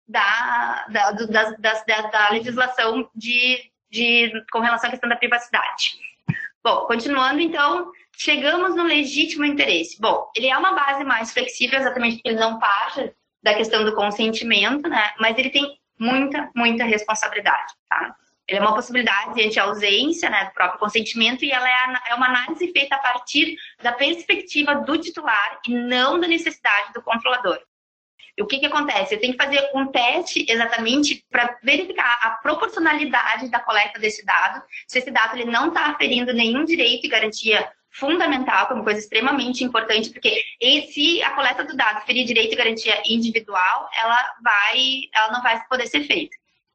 da, da, da, da, da, da legislação de, de, com relação à questão da privacidade. Bom, continuando então, chegamos no legítimo interesse. Bom, ele é uma base mais flexível, exatamente porque ele não parte da questão do consentimento, né? Mas ele tem muita, muita responsabilidade, tá? Ele é uma possibilidade diante a ausência, né, do próprio consentimento, e ela é uma análise feita a partir da perspectiva do titular e não da necessidade do controlador. E o que que acontece? Eu tenho que fazer um teste exatamente para verificar a proporcionalidade da coleta desse dado, se esse dado ele não está aferindo nenhum direito e garantia fundamental, que é uma coisa extremamente importante, porque se a coleta do dado ferir direito e garantia individual, ela, vai, ela não vai poder ser feita.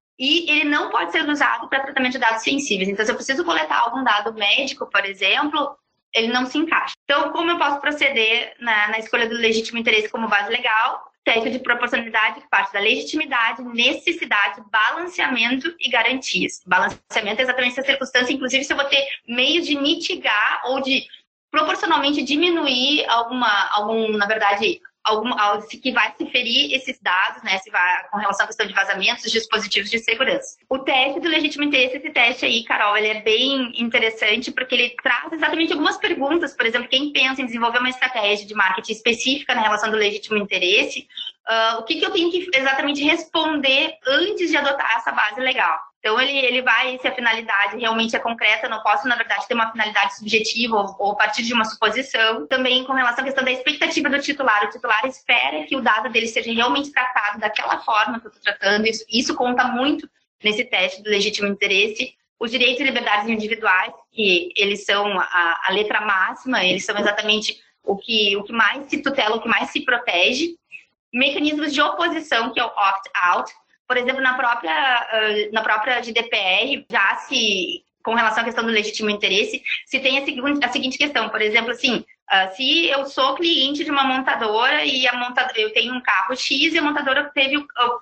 E ele não pode ser usado para tratamento de dados sensíveis. Então, se eu preciso coletar algum dado médico, por exemplo, ele não se encaixa. Então, como eu posso proceder na, na escolha do legítimo interesse como base legal? Teste de proporcionalidade que parte da legitimidade, necessidade, balanceamento e garantias. Balanceamento é exatamente essa circunstância, inclusive se eu vou ter meios de mitigar ou de proporcionalmente diminuir alguma, algum, na verdade... Algum, que vai se ferir esses dados, né, se vai, com relação à questão de vazamentos, dispositivos de segurança. O teste do legítimo interesse, esse teste aí, Carol, ele é bem interessante porque ele traz exatamente algumas perguntas. Por exemplo, quem pensa em desenvolver uma estratégia de marketing específica na relação do legítimo interesse, uh, o que, que eu tenho que exatamente responder antes de adotar essa base legal? Então, ele, ele vai, se a finalidade realmente é concreta, não posso, na verdade, ter uma finalidade subjetiva ou, ou a partir de uma suposição. Também com relação à questão da expectativa do titular. O titular espera que o dado dele seja realmente tratado daquela forma que eu estou tratando. Isso, isso conta muito nesse teste do legítimo interesse. Os direitos e liberdades individuais, que eles são a, a letra máxima, eles são exatamente o que, o que mais se tutela, o que mais se protege. Mecanismos de oposição, que é o opt-out. Por exemplo, na própria, na própria G D P R, já se, com relação à questão do legítimo interesse, se tem a seguinte, a seguinte questão, por exemplo, assim, se eu sou cliente de uma montadora e a montadora, eu tenho um carro X e a montadora teve,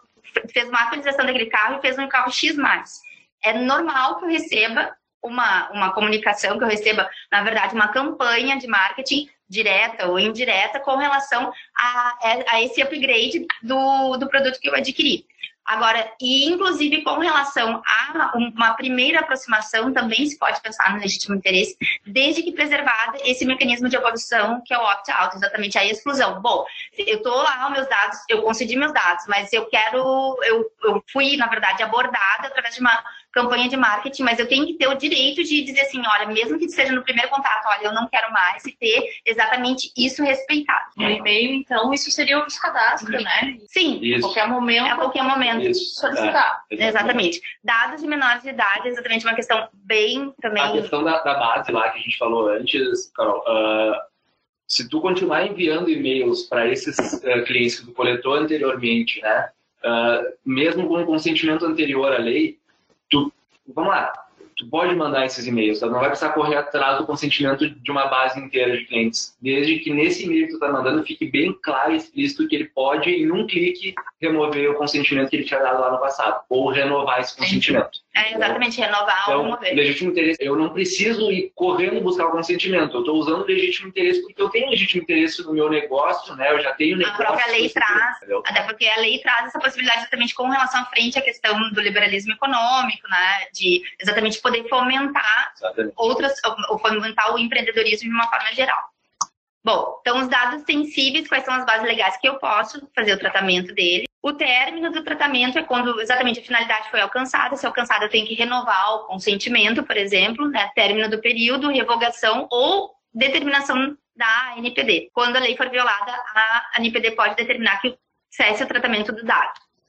fez uma atualização daquele carro e fez um carro X mais. É normal que eu receba uma, uma comunicação, que eu receba, na verdade, uma campanha de marketing direta ou indireta com relação a, a esse upgrade do, do produto que eu adquiri. Agora, e inclusive com relação a uma primeira aproximação, também se pode pensar no legítimo interesse, desde que preservado esse mecanismo de evolução que é o opt-out, exatamente a exclusão. Bom, eu estou lá, meus dados, eu concedi meus dados, mas eu quero, eu, eu fui, na verdade, abordada através de uma campanha de marketing, mas eu tenho que ter o direito de dizer assim, olha, mesmo que seja no primeiro contato, olha, eu não quero mais, e ter exatamente isso respeitado. No e-mail, então, isso seria o cadastro, né? Sim. Isso. A qualquer momento. A qualquer momento. Isso. Solicitar. É, exatamente. Dados de menores de idade é exatamente uma questão bem também... A questão da, da base lá que a gente falou antes, Carol, uh, se tu continuar enviando e-mails para esses uh, clientes que tu coletou anteriormente, né, uh, mesmo com o consentimento anterior à lei, tu, vamos lá, tu pode mandar esses e-mails, tá? Não vai precisar correr atrás do consentimento de uma base inteira de clientes, desde que nesse e-mail que tu está mandando fique bem claro e explícito que ele pode, em um clique, remover o consentimento que ele tinha dado lá no passado, ou renovar esse consentimento. É, exatamente, renovar então, ou remover. Legítimo interesse, eu não preciso ir correndo buscar o consentimento, eu estou usando legítimo interesse porque eu tenho legítimo interesse no meu negócio, né? Eu já tenho negócio. A própria lei traz, entendeu? Até porque a lei traz essa possibilidade exatamente com relação à frente à questão do liberalismo econômico, né? De exatamente poder fomentar exatamente. outras, ou fomentar o empreendedorismo de uma forma geral. Bom, então os dados sensíveis, quais são as bases legais que eu posso fazer o tratamento dele? O término do tratamento é quando exatamente a finalidade foi alcançada. Se alcançada, eu tenho que renovar o consentimento, por exemplo, né? Término do período, revogação ou determinação da A N P D. Quando a lei for violada, a A N P D pode determinar que cesse o tratamento do dado.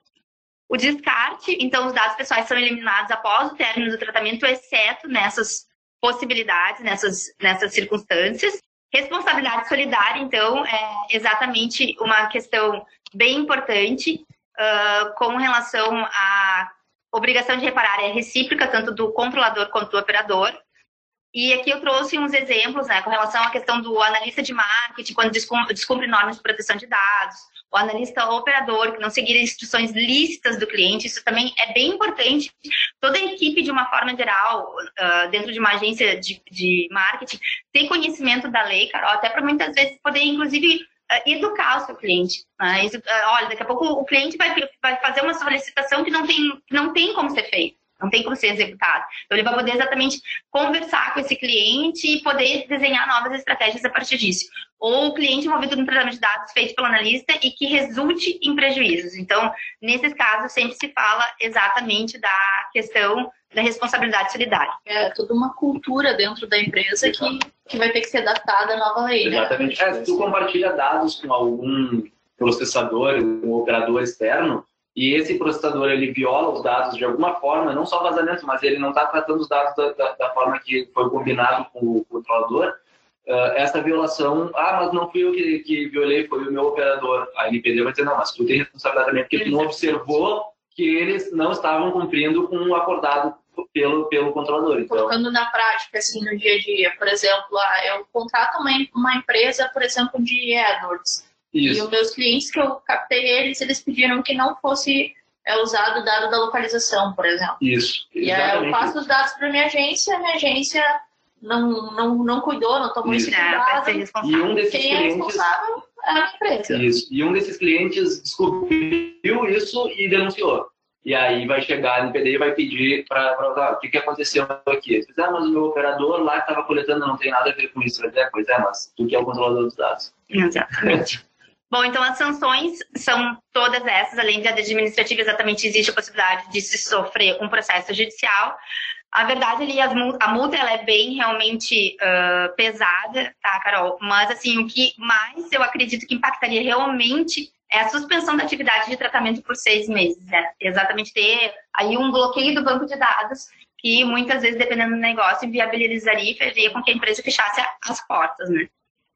O descarte, então os dados pessoais são eliminados após o término do tratamento, exceto nessas possibilidades, nessas, nessas circunstâncias. Responsabilidade solidária, então, é exatamente uma questão bem importante uh, com relação à obrigação de reparar, é recíproca, tanto do controlador quanto do operador. E aqui eu trouxe uns exemplos, né, com relação à questão do analista de marketing, quando descumpre, descumpre normas de proteção de dados, o analista operador, que não seguir instruções lícitas do cliente, isso também é bem importante. Toda a equipe, de uma forma geral, uh, dentro de uma agência de, de marketing, ter conhecimento da lei, Carol, até para muitas vezes poder, inclusive, uh, educar o seu cliente. Né? Isso, uh, olha, daqui a pouco o cliente vai, vai fazer uma solicitação que não tem, que não tem como ser feita. Não tem como ser executado. Então, ele vai poder exatamente conversar com esse cliente e poder desenhar novas estratégias a partir disso. Ou o cliente envolvido no tratamento de dados feito pelo analista e que resulte em prejuízos. Então, nesses casos, sempre se fala exatamente da questão da responsabilidade solidária. É toda uma cultura dentro da empresa que, que vai ter que ser adaptada à nova lei. Exatamente. Né? É, se tu compartilha dados com algum processador, um operador externo, e esse processador, ele viola os dados de alguma forma, não só vazamento, mas ele não está tratando os dados da, da, da forma que foi combinado com o controlador, uh, essa violação, ah, mas não fui eu que, que violei, foi o meu operador. A A N P D vai dizer, não, mas tu tem responsabilidade também, porque tu não observou que eles não estavam cumprindo com o acordado pelo, pelo controlador. Então, colocando na prática, assim, no dia a dia, por exemplo, ah, eu contrato uma, uma empresa, por exemplo, de AdWords. Isso. E os meus clientes que eu captei eles, eles pediram que não fosse é, usado o dado da localização, por exemplo. Isso. E aí eu passo os dados para minha agência, a minha agência não, não, não cuidou, não tomou esse cuidado. E um desses Quem clientes... é responsável é a empresa. Isso. E um desses clientes descobriu isso e denunciou. E aí vai chegar no P D e vai pedir para ah, o que, que aconteceu aqui. Eles dizem, ah, mas o meu operador lá que estava coletando não tem nada a ver com isso. Vai dizer, pois é, mas tu que é o controlador dos dados. Exatamente. Bom, então as sanções são todas essas, além de administrativa, exatamente existe a possibilidade de se sofrer um processo judicial. A verdade, ali, as multa, a multa ela é bem realmente uh, pesada, tá, Carol? Mas, assim, o que mais eu acredito que impactaria realmente é a suspensão da atividade de tratamento por seis meses, né? Exatamente ter aí um bloqueio do banco de dados que, muitas vezes, dependendo do negócio, inviabilizaria e faria com que a empresa fechasse as portas, né?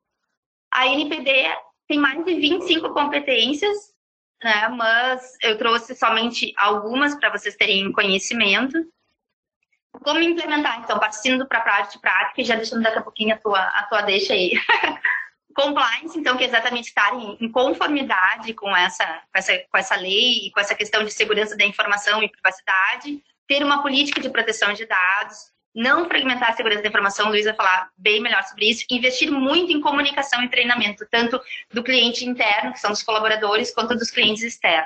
A N P D tem mais de vinte e cinco competências, né? Mas eu trouxe somente algumas para vocês terem conhecimento. Como implementar, então, partindo para a parte prática e já deixando daqui a pouquinho a tua, a tua deixa aí. Compliance, então, que é exatamente estar em, em conformidade com essa, com, essa, com essa lei e com essa questão de segurança da informação e privacidade, ter uma política de proteção de dados, não fragmentar a segurança da informação, o Luiz vai falar bem melhor sobre isso, investir muito em comunicação e treinamento, tanto do cliente interno, que são os colaboradores, quanto dos clientes externos.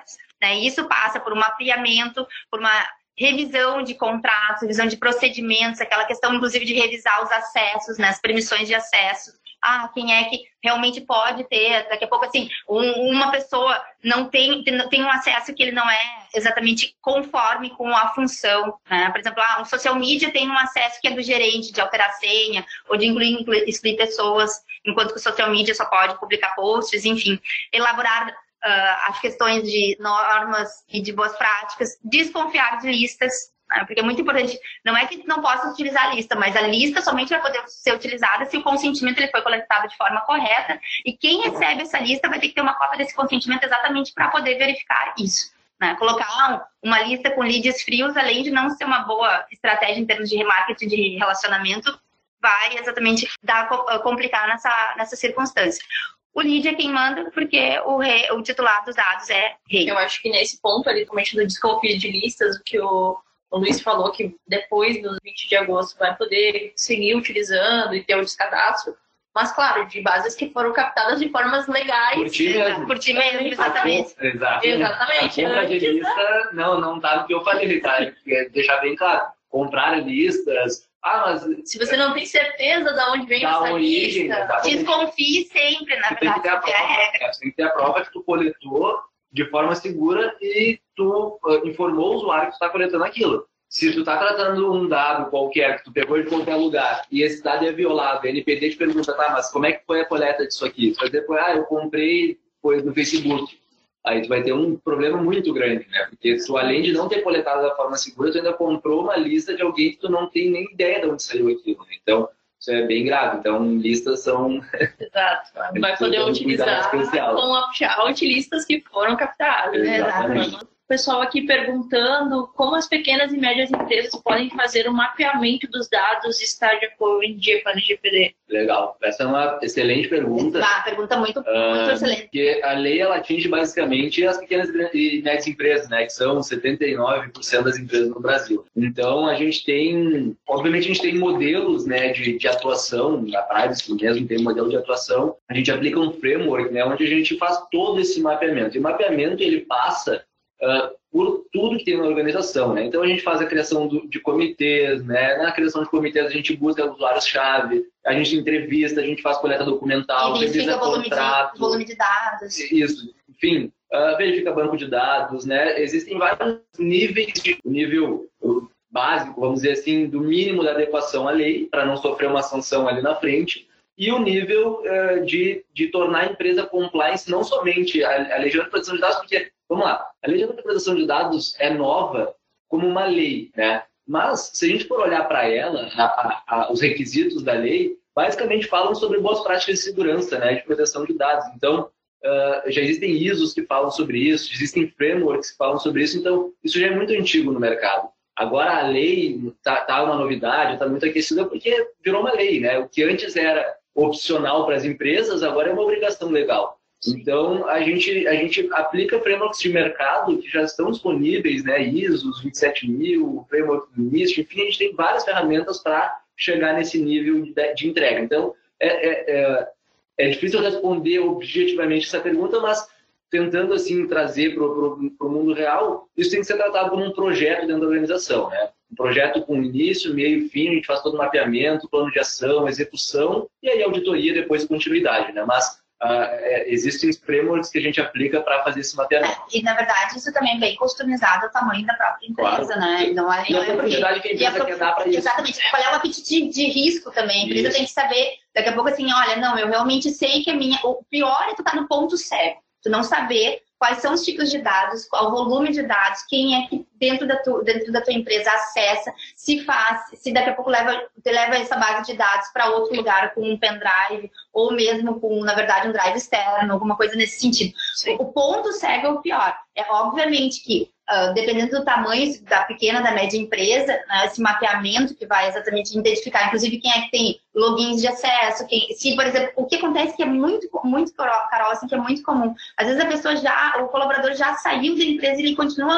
né? E isso passa por um mapeamento, por uma revisão de contratos, revisão de procedimentos, aquela questão, inclusive, de revisar os acessos, né, as permissões de acesso. Ah, quem é que realmente pode ter, daqui a pouco, assim, um, uma pessoa não tem, tem um acesso que ele não é exatamente conforme com a função, né? Por exemplo, ah, um social media tem um acesso que é do gerente, de alterar senha, ou de incluir, incluir, excluir pessoas, enquanto que o social media só pode publicar posts, enfim, elaborar Uh, as questões de normas e de boas práticas, desconfiar de listas, né? Porque é muito importante, não é que não possa utilizar a lista, mas a lista somente vai poder ser utilizada se o consentimento ele foi coletado de forma correta, e quem recebe essa lista vai ter que ter uma cópia desse consentimento exatamente para poder verificar isso, né? Colocar uma lista com leads frios, além de não ser uma boa estratégia em termos de remarketing, de relacionamento, vai exatamente dar, complicar nessa, nessa circunstância. O lead é quem manda, porque o, rei, o titular dos dados é rei. Eu acho que nesse ponto ali, realmente do desconfio de listas, o que o, o Luiz falou, que depois do vinte de agosto vai poder seguir utilizando e ter o descadastro, mas claro, de bases que foram captadas de formas legais. Por ti mesmo. Por ti mesmo, exatamente. Exato. Exatamente. A compra de lista não, não tá no que eu falei, tá? Deixar bem claro. Comprar listas... Ah, mas... Se você não tem certeza de onde vem da essa origem, lista... Exatamente. Desconfie sempre, na você tem que ter a verdade. prova, É. Você tem que ter a prova que tu coletou de forma segura e tu uh, informou o usuário que tu está coletando aquilo. Se tu está tratando um dado qualquer que tu pegou de qualquer lugar e esse dado é violado, a N P D te pergunta, tá, mas como é que foi a coleta disso aqui? Tu vai dizer, ah, eu comprei foi no Facebook. Aí tu vai ter um problema muito grande, né? Porque tu, além de não ter coletado da forma segura, tu ainda comprou uma lista de alguém que tu não tem nem ideia de onde saiu aquilo. Então, isso é bem grave. Então, listas são... Exato. Vai poder utilizar com opt-out listas que foram captadas. Exatamente. O pessoal aqui perguntando como as pequenas e médias empresas podem fazer o mapeamento dos dados e estar de acordo em dia com a L G P D. Legal. Essa é uma excelente pergunta. Uma pergunta muito, muito uh, excelente. Porque a lei ela atinge basicamente as pequenas e médias empresas, né? Que são setenta e nove por cento das empresas no Brasil. Então, a gente tem... Obviamente, a gente tem modelos, né, de, de atuação. A Privacy mesmo tem um modelo de atuação. A gente aplica um framework, né, onde a gente faz todo esse mapeamento. E o mapeamento, ele passa... Uh, por tudo que tem na organização, né? Então a gente faz a criação do, de comitês, né? Na criação de comitês a gente busca usuários-chave, a gente entrevista, a gente faz coleta documental, verifica revisa volume contrato, de, volume de dados. Isso, enfim, uh, verifica banco de dados, né? Existem vários níveis, de, o nível básico, vamos dizer assim, do mínimo da adequação à lei, para não sofrer uma sanção ali na frente, e o nível uh, de, de tornar a empresa compliance, não somente a, a Lei Geral de Proteção de Dados, porque, vamos lá, a Lei Geral de Proteção de Dados é nova como uma lei, né? Mas, se a gente for olhar para ela, a, a, a, os requisitos da lei, basicamente falam sobre boas práticas de segurança, né, de proteção de dados. Então, uh, já existem I S Os que falam sobre isso, existem frameworks que falam sobre isso, então, isso já é muito antigo no mercado. Agora, a lei está tá uma novidade, está muito aquecida, porque virou uma lei, né? O que antes era opcional para as empresas, agora é uma obrigação legal. Então, a gente, a gente aplica frameworks de mercado que já estão disponíveis, né? I S Os vinte e sete mil, o framework do NIST, enfim, a gente tem várias ferramentas para chegar nesse nível de, de entrega. Então, é, é, é, é difícil responder objetivamente essa pergunta, mas tentando, assim, trazer para o mundo real, isso tem que ser tratado como um projeto dentro da organização, né? Um projeto com início, meio e fim, a gente faz todo o mapeamento, plano de ação, execução, e aí auditoria, depois continuidade, né? Mas uh, é, existem frameworks que a gente aplica para fazer esse mapeamento. É, e, na verdade, isso também é bem customizado ao tamanho da própria empresa, claro, né? Não é, e a profundidade que a empresa a, quer dar para isso. Exatamente. Qual é o apetite de risco também? A empresa isso. tem que saber, daqui a pouco, assim, olha, não, eu realmente sei que a minha... O pior é tu estar no ponto cego. Tu não saber quais são os tipos de dados, qual o volume de dados, quem é que dentro da, tu, dentro da tua empresa acessa, se faz, se daqui a pouco leva, leva essa base de dados para outro lugar com um pendrive, ou mesmo com, na verdade, um drive externo, alguma coisa nesse sentido. O, o ponto cego é o pior. É obviamente que, uh, dependendo do tamanho da pequena, da média empresa, né, esse mapeamento que vai exatamente identificar, inclusive, quem é que tem logins de acesso, quem, se, por exemplo, o que acontece que é muito, muito, Carol, assim, que é muito comum. Às vezes a pessoa já, o colaborador já saiu da empresa e ele continua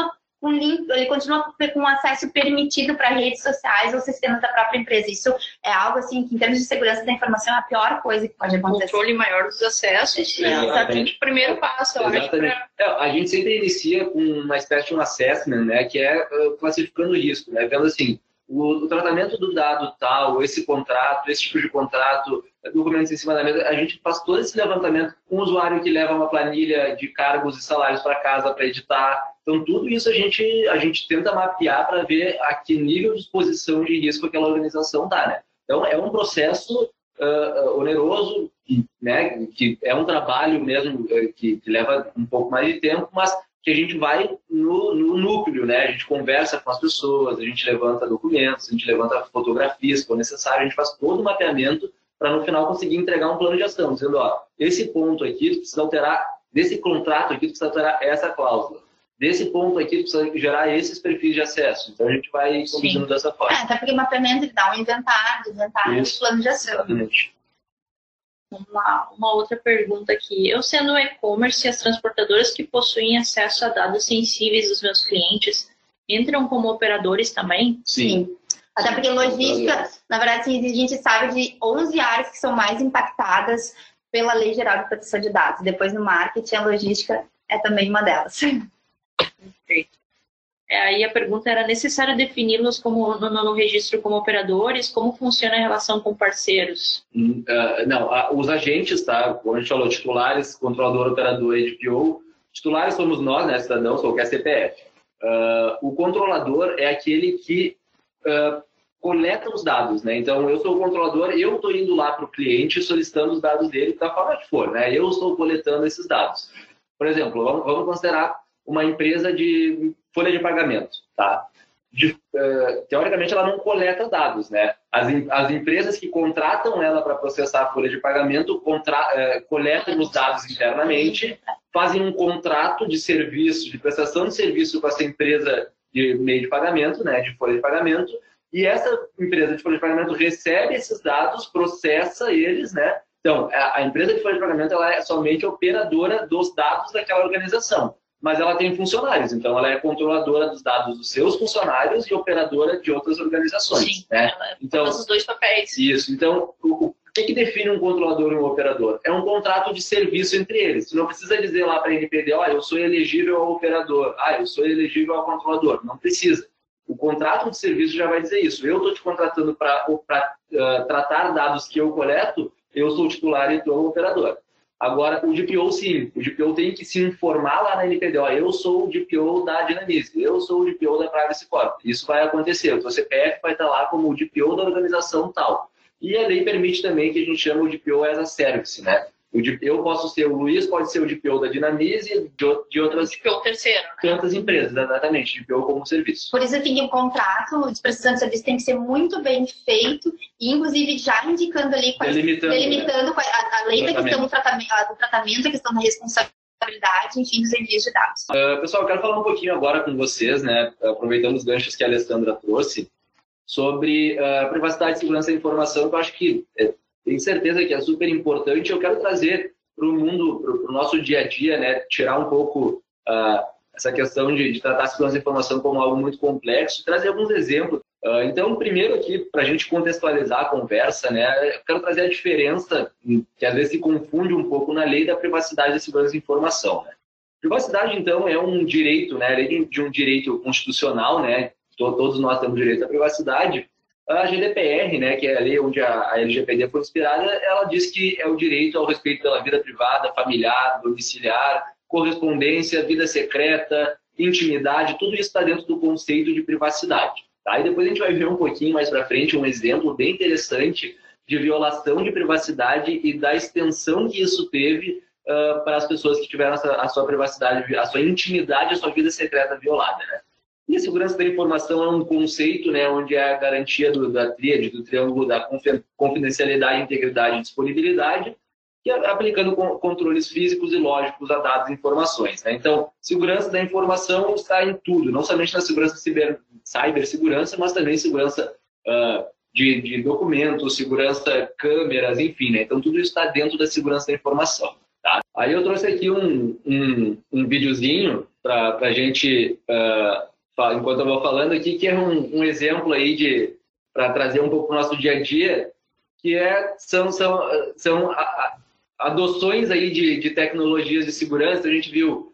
com link, ele continua com acesso permitido para redes sociais ou sistemas da própria empresa. Isso é algo assim que, em termos de segurança da informação, é a pior coisa que pode acontecer. Controle maior dos acessos. É, exatamente. O primeiro passo, eu acho. Pra... É, a gente sempre inicia com uma espécie de um assessment, né, que é uh, classificando o risco, né, vendo assim, o, o tratamento do dado tal, esse contrato, esse tipo de contrato, documentos em cima da mesa, a gente faz todo esse levantamento com o usuário que leva uma planilha de cargos e salários para casa para editar. Então, tudo isso a gente, a gente tenta mapear para ver a que nível de exposição de risco aquela organização está, né? Então, é um processo uh, oneroso, né, que é um trabalho mesmo uh, que, que leva um pouco mais de tempo, mas que a gente vai no, no núcleo, né? A gente conversa com as pessoas, a gente levanta documentos, a gente levanta fotografias, se for necessário, a gente faz todo o mapeamento para no final conseguir entregar um plano de ação, dizendo, ó, esse ponto aqui tu precisa alterar, desse contrato aqui tu precisa alterar essa cláusula, desse ponto aqui tu precisa gerar esses perfis de acesso. Então a gente vai conduzindo dessa forma. É, até porque o mapeamento ele dá um inventário, inventário de plano de ação. Exatamente. Uma, uma outra pergunta aqui. Eu sendo um e-commerce, as transportadoras que possuem acesso a dados sensíveis dos meus clientes entram como operadores também? Sim. Sim. Até porque logística, na verdade, sim, a gente sabe de onze áreas que são mais impactadas pela Lei Geral de Proteção de Dados. Depois, no marketing, a logística é também uma delas. Perfeito. É, aí a pergunta era, necessário defini-los como no, no registro como operadores? Como funciona a relação com parceiros? Uh, não, uh, os agentes, tá? Como a gente falou, titulares, controlador, operador e D P O. Titulares somos nós, né, cidadãos, qualquer C P F. Uh, o controlador é aquele que uh, coleta os dados, né? Então, eu sou o controlador, eu estou indo lá para o cliente solicitando os dados dele da forma que for, né? Eu estou coletando esses dados. Por exemplo, vamos, vamos considerar uma empresa de folha de pagamento, tá? De, uh, teoricamente, ela não coleta dados, né? As, as empresas que contratam ela para processar a folha de pagamento contra, uh, coletam os dados internamente, fazem um contrato de serviço, de prestação de serviço com essa empresa de meio de pagamento, né? De folha de pagamento, e essa empresa de folha de pagamento recebe esses dados, processa eles, né? Então, a, a empresa de folha de pagamento ela é somente operadora dos dados daquela organização. Mas ela tem funcionários, então ela é controladora dos dados dos seus funcionários e operadora de outras organizações. Sim, né? Ela então, faz os dois papéis. Isso. Então, o, o que, que define um controlador e um operador? É um contrato de serviço entre eles. Você não precisa dizer lá para a N P D, ó, eu sou elegível ao operador, ah, eu sou elegível ao controlador. Não precisa. O contrato de serviço já vai dizer isso. Eu estou te contratando para uh, tratar dados que eu coleto, eu sou o titular e tu é o operador. Agora, o D P O, sim. O D P O tem que se informar lá na N P D. Ó, eu sou o D P O da Dinamize, eu sou o D P O da Privacy Corp. Isso vai acontecer. O seu C P F vai estar lá como o D P O da organização tal. E a lei permite também que a gente chame o D P O as a service, né? O D P O, eu posso ser o Luiz, pode ser o D P O da Dinamize e de, de outras D P O terceiro, né? tantas empresas, exatamente. D P O como serviço. Por isso, assim, o contrato de prestação de serviço tem que ser muito bem feito e, inclusive, já indicando ali, quais, delimitando, delimitando né? a, a lei da questão do tratamento, do tratamento, a questão da responsabilidade, enfim, dos envios de dados. Uh, pessoal, eu quero falar um pouquinho agora com vocês, né, aproveitando os ganchos que a Alessandra trouxe, sobre a uh, privacidade e segurança da informação, que eu acho que é, tenho certeza que é super importante. Eu quero trazer para o mundo, para o nosso dia a dia, né, tirar um pouco uh, essa questão de, de tratar a segurança da informação como algo muito complexo, trazer alguns exemplos. Uh, então, primeiro aqui, para a gente contextualizar a conversa, né, eu quero trazer a diferença, que às vezes se confunde um pouco na lei da privacidade e segurança da informação. Né? Privacidade, então, é um direito, né, além de um direito constitucional, né, todos nós temos direito à privacidade. A G D P R, né, que é a lei onde a L G P D foi inspirada, ela diz que é o direito ao respeito pela vida privada, familiar, domiciliar, correspondência, vida secreta, intimidade, tudo isso está dentro do conceito de privacidade. Tá? E depois a gente vai ver um pouquinho mais para frente um exemplo bem interessante de violação de privacidade e da extensão que isso teve uh, para as pessoas que tiveram a sua, a sua privacidade, a sua intimidade, a sua vida secreta violada, né? E a segurança da informação é um conceito, né, onde é a garantia do, da tríade, do triângulo da confidencialidade, integridade e disponibilidade, que é aplicando controles físicos e lógicos a dados e informações. Né? Então, segurança da informação está em tudo, não somente na segurança ciber, cibersegurança, mas também segurança uh, de, de documentos, segurança câmeras, enfim. Né? Então, tudo isso está dentro da segurança da informação. Tá? Aí eu trouxe aqui um, um, um videozinho para a gente... Uh, enquanto eu vou falando aqui, que é um, um exemplo aí de para trazer um pouco para o nosso dia a dia, que é, são, são, são adoções aí de, de tecnologias de segurança. A gente viu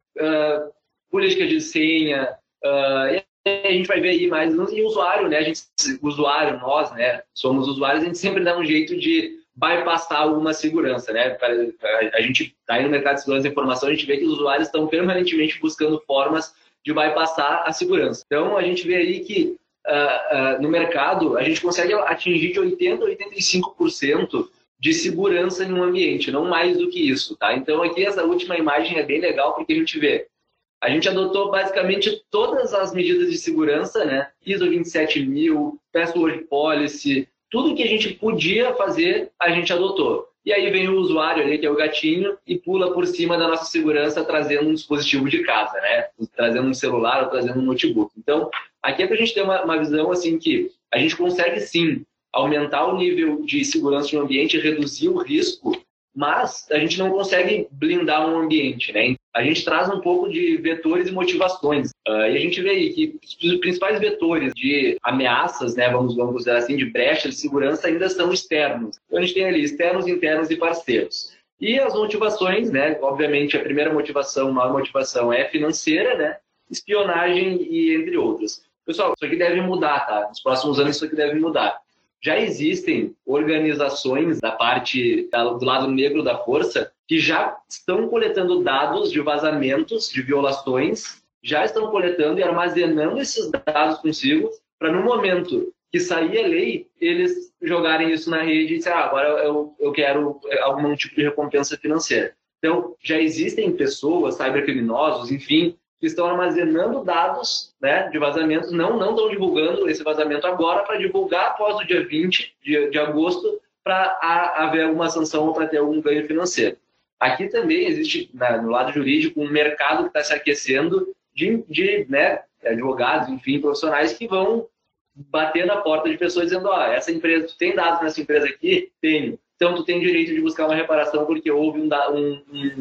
uh, política de senha, uh, e a gente vai ver aí mais e usuário, né? A gente, usuário, nós, né? Somos usuários, a gente sempre dá um jeito de bypassar alguma segurança, né? A gente está aí no mercado de segurança da informação, a gente vê que os usuários estão permanentemente buscando formas de bypassar a segurança. Então, a gente vê aí que uh, uh, no mercado a gente consegue atingir de oitenta a oitenta e cinco por cento de segurança em um ambiente, não mais do que isso, tá? Então, aqui essa última imagem é bem legal porque a gente vê, a gente adotou basicamente todas as medidas de segurança, né? I S O vinte e sete mil, Password Policy, tudo que a gente podia fazer, a gente adotou. E aí vem o usuário ali, que é o gatinho, e pula por cima da nossa segurança trazendo um dispositivo de casa, né? Trazendo um celular ou trazendo um notebook. Então, aqui é para a gente ter uma, uma visão assim que a gente consegue sim aumentar o nível de segurança de um ambiente, reduzir o risco, mas a gente não consegue blindar um ambiente, né? A gente traz um pouco de vetores e motivações. Uh, e a gente vê aí que os principais vetores de ameaças, né, vamos, vamos dizer assim, de brecha de segurança ainda são externos. Então a gente tem ali externos, internos e parceiros. E as motivações, né, obviamente a primeira motivação, maior motivação é financeira, né, espionagem e entre outras. Pessoal, isso aqui deve mudar, tá? Nos próximos anos isso aqui deve mudar. Já existem organizações da parte do lado negro da força que já estão coletando dados de vazamentos, de violações, já estão coletando e armazenando esses dados consigo para no momento que sair a lei, eles jogarem isso na rede e dizer, ah, agora eu, eu quero algum tipo de recompensa financeira. Então, já existem pessoas, cybercriminosos, enfim, que estão armazenando dados, né, de vazamentos, não, não estão divulgando esse vazamento agora para divulgar após o dia vinte de, de agosto para haver alguma sanção ou para ter algum ganho financeiro. Aqui também existe, né, no lado jurídico, um mercado que está se aquecendo de, de né, advogados, enfim, profissionais que vão bater na porta de pessoas dizendo, ó, oh, essa empresa, tu tem dados nessa empresa aqui? Tenho. Então, tu tem direito de buscar uma reparação porque houve um, um, um,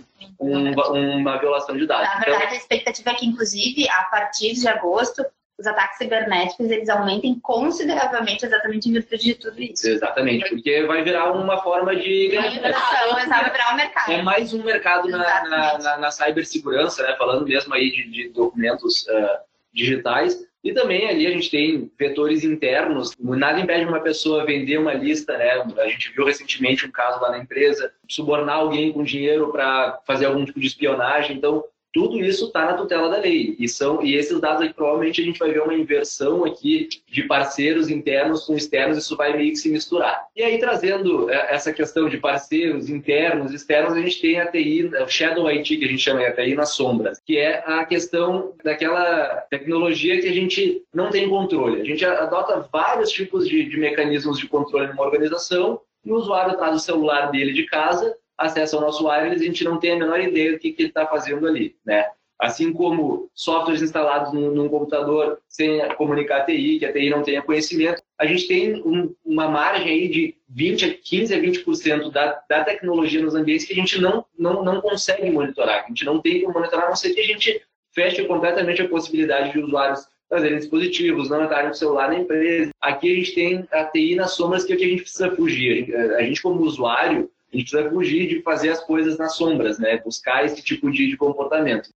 um, uma violação de dados. Na verdade, então, a expectativa é que, inclusive, a partir de agosto, os ataques cibernéticos eles aumentem consideravelmente exatamente em virtude de tudo isso. Exatamente, porque vai virar uma forma de ganhar. Vai virar um mercado. É mais um mercado na, na, na, na cibersegurança, né? Falando mesmo aí de, de documentos uh, digitais. E também ali a gente tem vetores internos. Nada impede uma pessoa vender uma lista, né? A gente viu recentemente um caso lá na empresa, subornar alguém com dinheiro para fazer algum tipo de espionagem. Então, tudo isso está na tutela da lei. E, são, e esses dados aqui, provavelmente, a gente vai ver uma inversão aqui de parceiros internos com externos, isso vai meio que se misturar. E aí, trazendo essa questão de parceiros internos, externos, a gente tem a T I, o Shadow I T, que a gente chama de T I nas sombras, que é a questão daquela tecnologia que a gente não tem controle. A gente adota vários tipos de, de mecanismos de controle numa organização e o usuário traz o celular dele de casa, acessa ao nosso wireless e a gente não tem a menor ideia do que, que ele está fazendo ali, né? Assim como softwares instalados num, num computador sem comunicar a T I, que a T I não tenha conhecimento, a gente tem um, uma margem aí de vinte a quinze a vinte por cento da, da tecnologia nos ambientes que a gente não, não, não consegue monitorar, a gente não tem como monitorar, a não ser que a gente feche completamente a possibilidade de usuários trazerem dispositivos, não entrarem no celular na empresa. Aqui a gente tem a T I nas sombras, que é o que a gente precisa fugir. A gente, como usuário, a gente precisa fugir de fazer as coisas nas sombras, né? Buscar esse tipo de, de comportamento.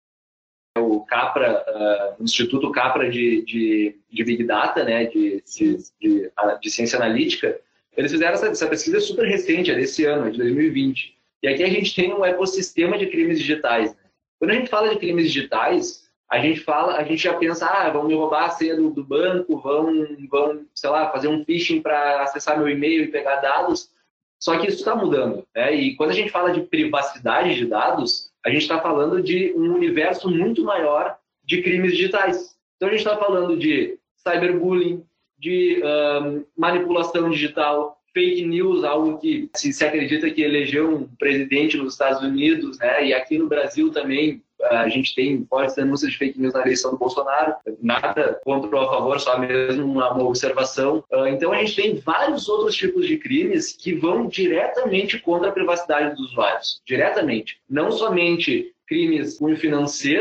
O Capra, uh, o Instituto Capra de, de, de Big Data, né? de, de, de, de ciência analítica, eles fizeram essa, essa pesquisa super recente, é desse ano, de dois mil e vinte. E aqui a gente tem um ecossistema de crimes digitais. Né? Quando a gente fala de crimes digitais, a gente fala, a gente já pensa, ah, vão me roubar a senha do, do banco, vão, vão, sei lá, fazer um phishing para acessar meu e-mail e pegar dados. Só que isso está mudando, né? E quando a gente fala de privacidade de dados, a gente está falando de um universo muito maior de crimes digitais. Então a gente está falando de cyberbullying, de um, manipulação digital, fake news, algo que se, se acredita que elegeu um presidente nos Estados Unidos, né? E aqui no Brasil também a gente tem fortes denúncias de fake news na eleição do Bolsonaro, nada contra ou a favor, só mesmo uma, uma observação. Então a gente tem vários outros tipos de crimes que vão diretamente contra a privacidade dos usuários, diretamente. Não somente crimes com financeiro,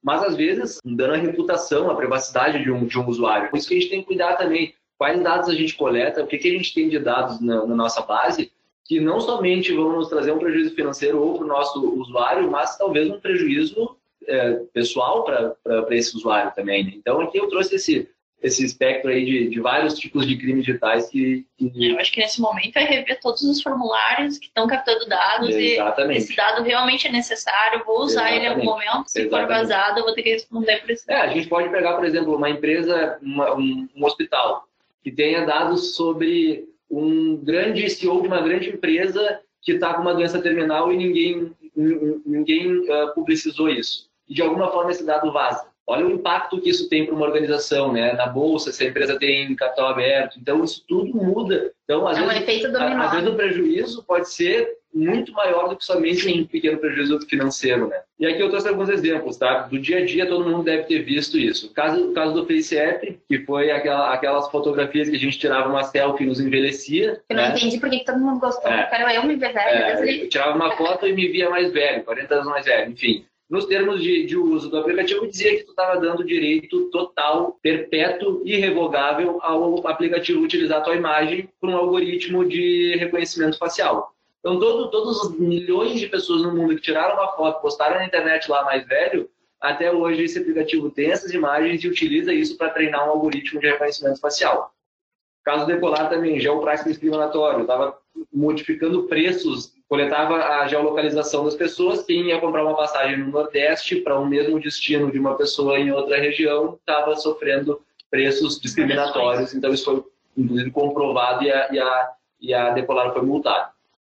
mas às vezes dando a reputação, a privacidade de um, de um usuário. Por isso que a gente tem que cuidar também quais dados a gente coleta, o que, que a gente tem de dados na, na nossa base, que não somente vão nos trazer um prejuízo financeiro ou para o nosso usuário, mas talvez um prejuízo é, pessoal para esse usuário também. Né? Então aqui eu trouxe esse, esse espectro aí de, de vários tipos de crimes digitais que, que... Eu acho que nesse momento é rever todos os formulários que estão captando dados. Exatamente. E esse dado realmente é necessário, vou usar Exatamente. Ele em algum momento, se Exatamente. For vazado eu vou ter que responder por isso. É, a gente pode pegar, por exemplo, uma empresa, uma, um, um hospital, que tenha dados sobre um grande C E O de uma grande empresa que está com uma doença terminal e ninguém, ninguém uh, publicizou isso. E de alguma forma esse dado vaza. Olha o impacto que isso tem para uma organização, né? Na bolsa, se a empresa tem capital aberto. Então, isso tudo muda. Então, às, é um vezes, efeito dominó. às vezes o prejuízo pode ser muito maior do que somente Sim. um pequeno prejuízo financeiro, né? E aqui eu trouxe alguns exemplos, tá? Do dia a dia, todo mundo deve ter visto isso. O caso, o caso do FaceApp, que foi aquela, aquelas fotografias que a gente tirava uma selfie e nos envelhecia. Eu né? não entendi por que todo mundo gostou. É. Quero eu me ver velho. É, eu tirava uma foto e me via mais velho, quarenta anos mais velho, enfim. Nos termos de, de uso do aplicativo, dizia que tu estava dando direito total, perpétuo e irrevogável ao aplicativo utilizar a tua imagem por um algoritmo de reconhecimento facial. Então, todo, todos os milhões de pessoas no mundo que tiraram uma foto, postaram na internet lá mais velho, até hoje esse aplicativo tem essas imagens e utiliza isso para treinar um algoritmo de reconhecimento facial. Caso Decolar também, geoprático discriminatório, estava modificando preços, coletava a geolocalização das pessoas, quem ia comprar uma passagem no Nordeste para um mesmo destino de uma pessoa em outra região estava sofrendo preços discriminatórios, então isso foi inclusive comprovado e a, e a, e a Decolar foi multada.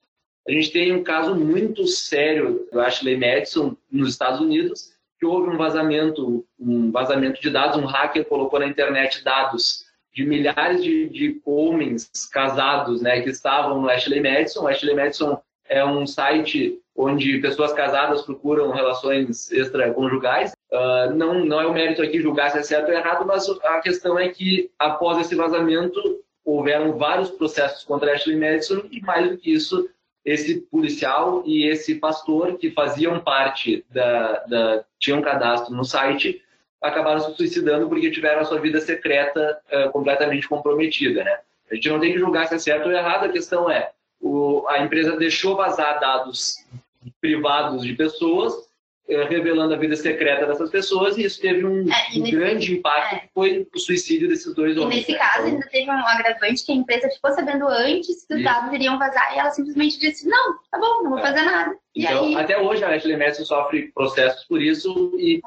A gente tem um caso muito sério do Ashley Madison nos Estados Unidos, que houve um vazamento, um vazamento de dados, um hacker colocou na internet dados de milhares de, de homens casados, né, que estavam no Ashley Madison. O Ashley Madison é um site onde pessoas casadas procuram relações extraconjugais. Uh, não, não é o mérito aqui julgar se é certo ou errado, mas a questão é que, após esse vazamento, houveram vários processos contra Ashley Madison e, mais do que isso, esse policial e esse pastor que faziam parte da... da tinham um cadastro no site, acabaram se suicidando porque tiveram a sua vida secreta uh, completamente comprometida, né? A gente não tem que julgar se é certo ou errado, a questão é o, a empresa deixou vazar dados privados de pessoas, uh, revelando a vida secreta dessas pessoas, e isso teve um, é, um nesse, grande impacto, é. que foi o suicídio desses dois homens. E nesse né? caso então, ainda teve um agravante que a empresa ficou sabendo antes que os isso. dados iriam vazar e ela simplesmente disse, não, tá bom, não vou é. fazer nada. Então, aí... até hoje a Ashley Madison sofre processos por isso e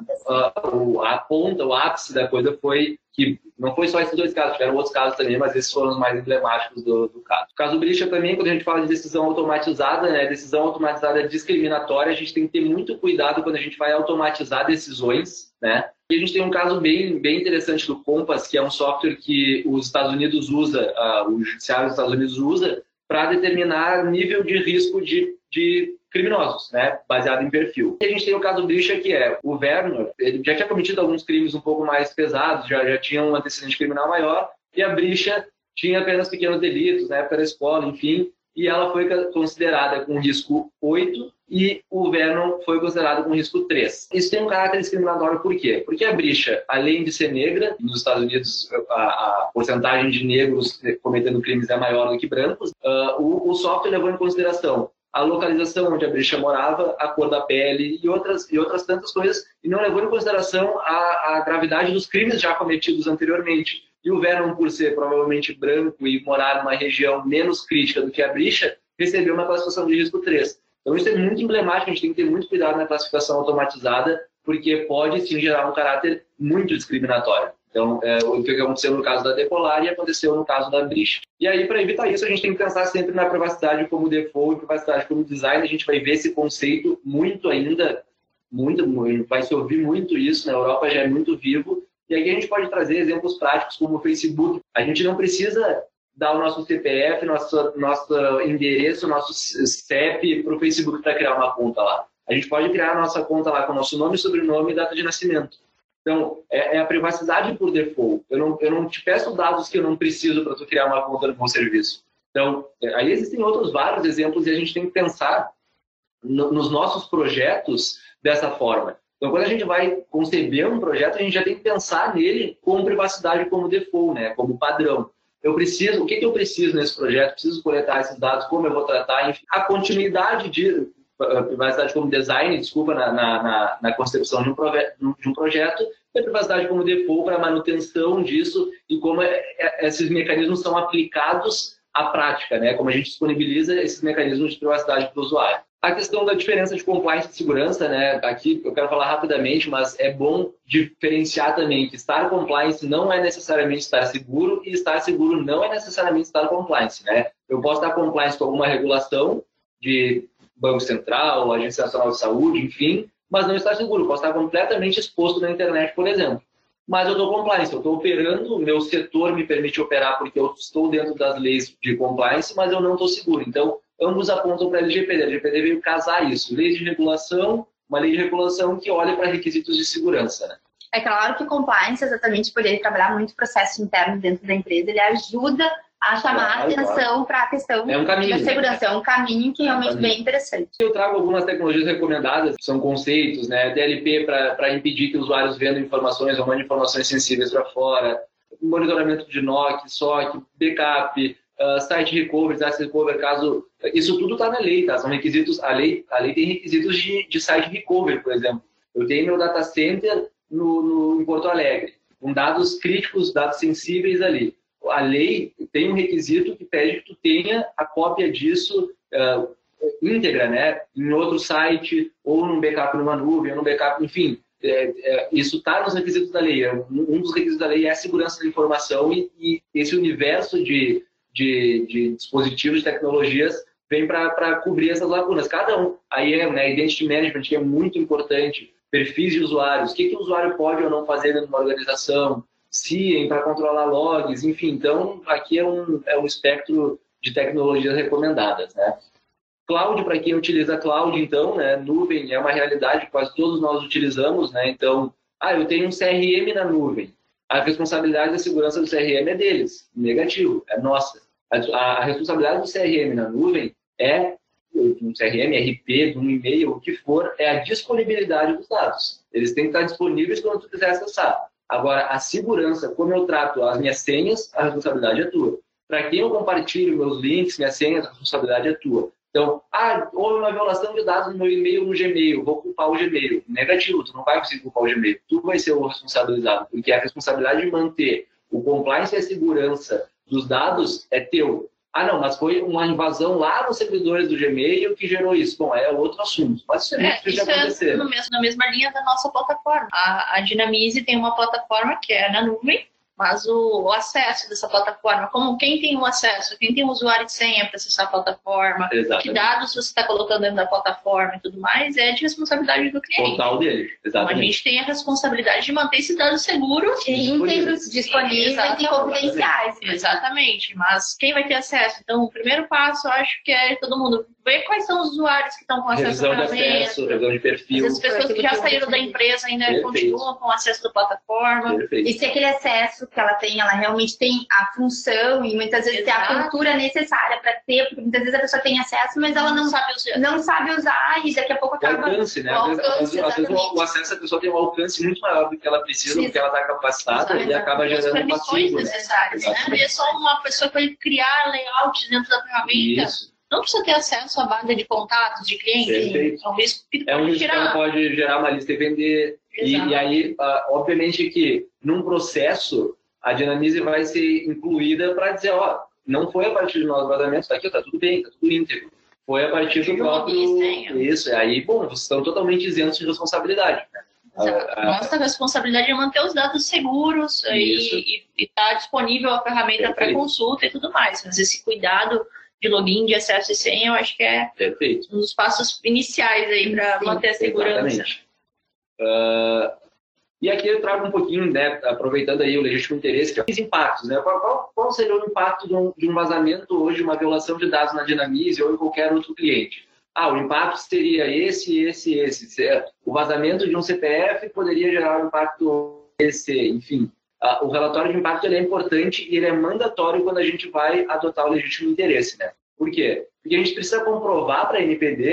uh, a ponta, o ápice da coisa foi que não foi só esses dois casos, tiveram outros casos também, mas esses foram os mais emblemáticos do, do caso. O caso Bricha também, quando a gente fala de decisão automatizada, né, decisão automatizada discriminatória, a gente tem que ter muito cuidado quando a gente vai automatizar decisões, né? E a gente tem um caso bem, bem interessante do Compass, que é um software que os Estados Unidos usa, uh, o judiciário dos Estados Unidos usa, para determinar nível de risco de, de criminosos, né, baseado em perfil. E a gente tem o caso Bricha, que é o Werner, ele já tinha cometido alguns crimes um pouco mais pesados, já, já tinha um antecedente criminal maior, e a Bricha tinha apenas pequenos delitos, na época da escola, enfim, e ela foi considerada com risco oito e o Vernon foi considerado com risco três. Isso tem um caráter discriminatório por quê? Porque a Bricha, além de ser negra, nos Estados Unidos a, a porcentagem de negros cometendo crimes é maior do que brancos, uh, o, o software levou em consideração a localização onde a Bricha morava, a cor da pele e outras, e outras tantas coisas, e não levou em consideração a, a gravidade dos crimes já cometidos anteriormente. E o Vernon, por ser provavelmente branco e morar numa região menos crítica do que a Bricha, recebeu uma classificação de risco três. Então isso é muito emblemático, a gente tem que ter muito cuidado na classificação automatizada, porque pode sim gerar um caráter muito discriminatório. Então, é, o que aconteceu no caso da Decolar e aconteceu no caso da Bricha. E aí, para evitar isso, a gente tem que pensar sempre na privacidade como default, privacidade como design. A gente vai ver esse conceito muito ainda, muito, vai se ouvir muito isso, na Europa já é muito vivo. E aqui a gente pode trazer exemplos práticos como o Facebook. A gente não precisa dar o nosso C P F, nosso, nosso endereço, nosso C E P para o Facebook para criar uma conta lá. A gente pode criar a nossa conta lá com o nosso nome, sobrenome e data de nascimento. Então, é, é a privacidade por default. Eu não, eu não te peço dados que eu não preciso para tu criar uma conta no meu serviço. Então, aí existem outros vários exemplos e a gente tem que pensar no, nos nossos projetos dessa forma. Então, quando a gente vai conceber um projeto, a gente já tem que pensar nele com privacidade como default, né? Como padrão. Eu preciso, o que, que eu preciso nesse projeto? Preciso coletar esses dados, como eu vou tratar, enfim, a continuidade de a privacidade como design, desculpa, na, na, na concepção de um, proje de um projeto, e a privacidade como default para a manutenção disso e como é, é, esses mecanismos são aplicados à prática, né? Como a gente disponibiliza esses mecanismos de privacidade para o usuário. A questão da diferença de compliance e segurança, né? Aqui eu quero falar rapidamente, mas é bom diferenciar também que estar compliance não é necessariamente estar seguro e estar seguro não é necessariamente estar compliance, né? Eu posso estar compliance com alguma regulação de Banco Central, Agência Nacional de Saúde, enfim, mas não estar seguro. Eu posso estar completamente exposto na internet, por exemplo. Mas eu estou compliance, eu estou operando, o meu setor me permite operar porque eu estou dentro das leis de compliance, mas eu não estou seguro. Então, ambos apontam para a L G P D. A L G P D veio casar isso. Lei de regulação, uma lei de regulação que olha para requisitos de segurança, né? É claro que compliance, exatamente por ele trabalhar muito processo interno dentro da empresa, ele ajuda a chamar claro, atenção claro. para a questão é um caminho, da segurança. É um caminho que realmente é um bem interessante. Eu trago algumas tecnologias recomendadas, que são conceitos, né? D L P para impedir que usuários vendam informações ou mandem informações sensíveis para fora, monitoramento de N O C, S O C, backup, uh, site recovery, disaster recovery, caso... Isso tudo está na lei, tá? São requisitos... A lei, a lei tem requisitos de, de site recovery, por exemplo. Eu tenho meu data center no, no, em Porto Alegre, com dados críticos, dados sensíveis ali. A lei tem um requisito que pede que tu tenha a cópia disso uh, íntegra, né? Em outro site, ou num backup numa nuvem, ou num backup, enfim. É, é, isso está nos requisitos da lei. Um dos requisitos da lei é a segurança da informação e, e esse universo de, de, de dispositivos, de tecnologias, vem para cobrir essas lacunas. Cada um. Aí é, né, Identity Management, que é muito importante. Perfis de usuários. O que, que o usuário pode ou não fazer dentro de uma organização. S I E M para controlar logs, enfim. Então, aqui é um, é um espectro de tecnologias recomendadas, né? Cloud, para quem utiliza cloud, então, né? Nuvem é uma realidade que quase todos nós utilizamos, né? Então, ah, eu tenho um C R M na nuvem. A responsabilidade da segurança do C R M é deles. Negativo, é nossa. A, a responsabilidade do C R M na nuvem é, um C R M, R P, de um e-mail, o que for, é a disponibilidade dos dados. Eles têm que estar disponíveis quando tu quiser acessar. Agora, a segurança, como eu trato as minhas senhas, a responsabilidade é tua. Para quem eu compartilho meus links, minhas senhas, a responsabilidade é tua. Então, ah, houve uma violação de dados no meu e-mail no Gmail, vou culpar o Gmail. Negativo, tu não vai conseguir culpar o Gmail. Tu vai ser o responsabilizado, porque a responsabilidade de manter o compliance e a segurança dos dados é teu. Ah, não, mas foi uma invasão lá nos servidores do Gmail que gerou isso. Bom, é outro assunto. Mas isso é muito difícil de acontecer. É no mesmo, na mesma linha da nossa plataforma. A, a Dinamize tem uma plataforma que é na nuvem, mas o, o acesso dessa plataforma, como quem tem o acesso, quem tem o usuário de senha para acessar a plataforma, exatamente. Que dados você está colocando dentro da plataforma e tudo mais, é de responsabilidade do cliente. Total dele, exatamente. Então, a gente tem a responsabilidade de manter esse dado seguro, íntegros, disponíveis e confidenciais. Exatamente, mas quem vai ter acesso? Então, o primeiro passo, eu acho que é todo mundo ver quais são os usuários que estão com acesso à ferramenta. Acesso, revisão de perfil. As pessoas que já saíram da empresa ainda Perfeito. Continuam com acesso da plataforma. Perfeito. E se aquele acesso que ela tem, ela realmente tem a função e muitas vezes Exato. Tem a cultura necessária para ter, porque muitas vezes a pessoa tem acesso, mas ela não, não, sabe, usar. não sabe usar e daqui a pouco acaba... O alcance, né? O alcance, às, vezes, às vezes o acesso a pessoa tem um alcance muito maior do que ela precisa, Sim. do que ela está capacitada Exato. E acaba gerando um passivo. necessárias, né? né? E é só uma pessoa que vai criar layouts dentro da ferramenta. Isso. Não precisa ter acesso à base de contatos de clientes. É um risco que é um risco tirar. que pode gerar uma lista e vender. E, e aí, uh, obviamente que num processo, a Dinamize vai ser incluída para dizer, ó, não foi a partir do nosso vazamento, está aqui, está tudo bem, está tudo íntegro. Foi a partir do próprio... Isso, aí, bom, vocês estão totalmente isentos de responsabilidade. Né? Exato. Nossa responsabilidade é manter os dados seguros e estar tá disponível a ferramenta para consulta e tudo mais. Mas esse cuidado de login, de acesso e senha, eu acho que é Perfeito. Um dos passos iniciais aí para manter a segurança. Exatamente. Uh, e aqui eu trago um pouquinho, né, aproveitando aí o legítimo interesse, que é os impactos, né? Qual, qual, qual seria o impacto de um, de um vazamento hoje, uma violação de dados na Dinamize ou em qualquer outro cliente? Ah, o impacto seria esse, esse, esse. O vazamento de um C P F poderia gerar um impacto esse, enfim. Uh, o relatório de impacto ele é importante e ele é mandatório quando a gente vai adotar o legítimo interesse, né? Por quê? Porque a gente precisa comprovar para a N P D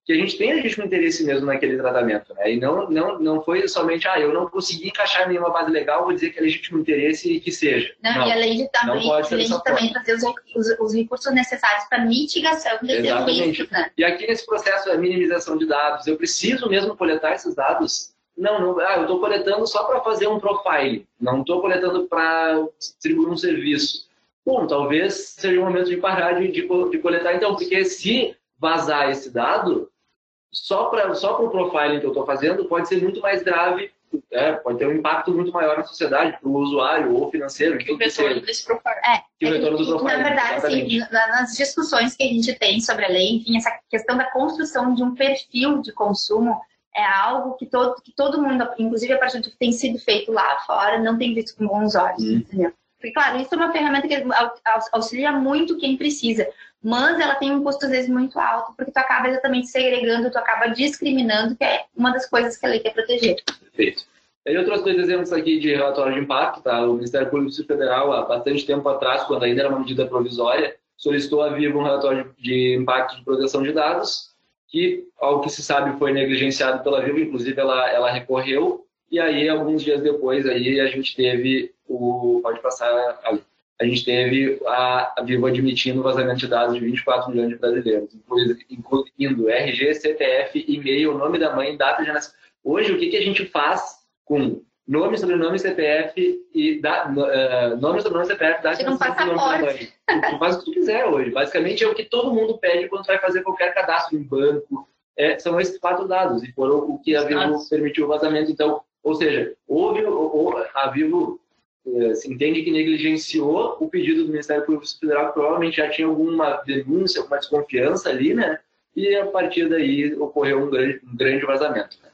que a gente tem legítimo interesse mesmo naquele tratamento, né? E não, não, não foi somente, ah, eu não consegui encaixar nenhuma base legal, vou dizer que é legítimo interesse e que seja. Não, não, e além de também, além de também fazer os, os, os recursos necessários para mitigação desses riscos, né? E aqui nesse processo, a minimização de dados, eu preciso mesmo coletar esses dados? Não, não ah, eu estou coletando só para fazer um profile, não estou coletando para distribuir um serviço. Bom, talvez seja o momento de parar de, de, de coletar, então, porque se vazar esse dado, só para só o profiling que eu estou fazendo, pode ser muito mais grave, é, pode ter um impacto muito maior na sociedade, para o usuário ou financeiro. Que o retorno desse profile. É, que o retorno do profile, na verdade, assim, nas discussões que a gente tem sobre a lei, enfim, essa questão da construção de um perfil de consumo é algo que todo, que todo mundo, inclusive a partir do que tem sido feito lá fora, não tem visto com bons olhos, hum. entendeu? Porque, claro, isso é uma ferramenta que auxilia muito quem precisa, mas ela tem um custo, às vezes, muito alto, porque tu acaba exatamente segregando, tu acaba discriminando, que é uma das coisas que a lei quer proteger. Perfeito. E eu trouxe dois exemplos aqui de relatório de impacto, tá? O Ministério Público Federal, há bastante tempo atrás, quando ainda era uma medida provisória, solicitou à Vivo um relatório de impacto de proteção de dados, que, ao que se sabe, foi negligenciado pela Vivo, inclusive ela, ela recorreu, e aí, alguns dias depois, aí a gente teve o... Pode passar ali. A gente teve a, a Vivo admitindo o vazamento de dados de vinte e quatro milhões de brasileiros, incluindo R G, C P F, e-mail, nome da mãe, data de nascimento. Hoje, o que, que a gente faz com nome, sobrenome, C P F e da, uh, nome, sobrenome, C P F, data de nascimento e nome da mãe? Tu faz o que tu quiser hoje. Basicamente, é o que todo mundo pede quando vai fazer qualquer cadastro em banco. É, são esses quatro dados, e foram o que a Vivo permitiu o vazamento. Então, ou seja, houve, ou, a Vivo eh, se entende que negligenciou o pedido do Ministério Público Federal, que provavelmente já tinha alguma denúncia, alguma desconfiança ali, né? E a partir daí ocorreu um grande, um grande vazamento. Né?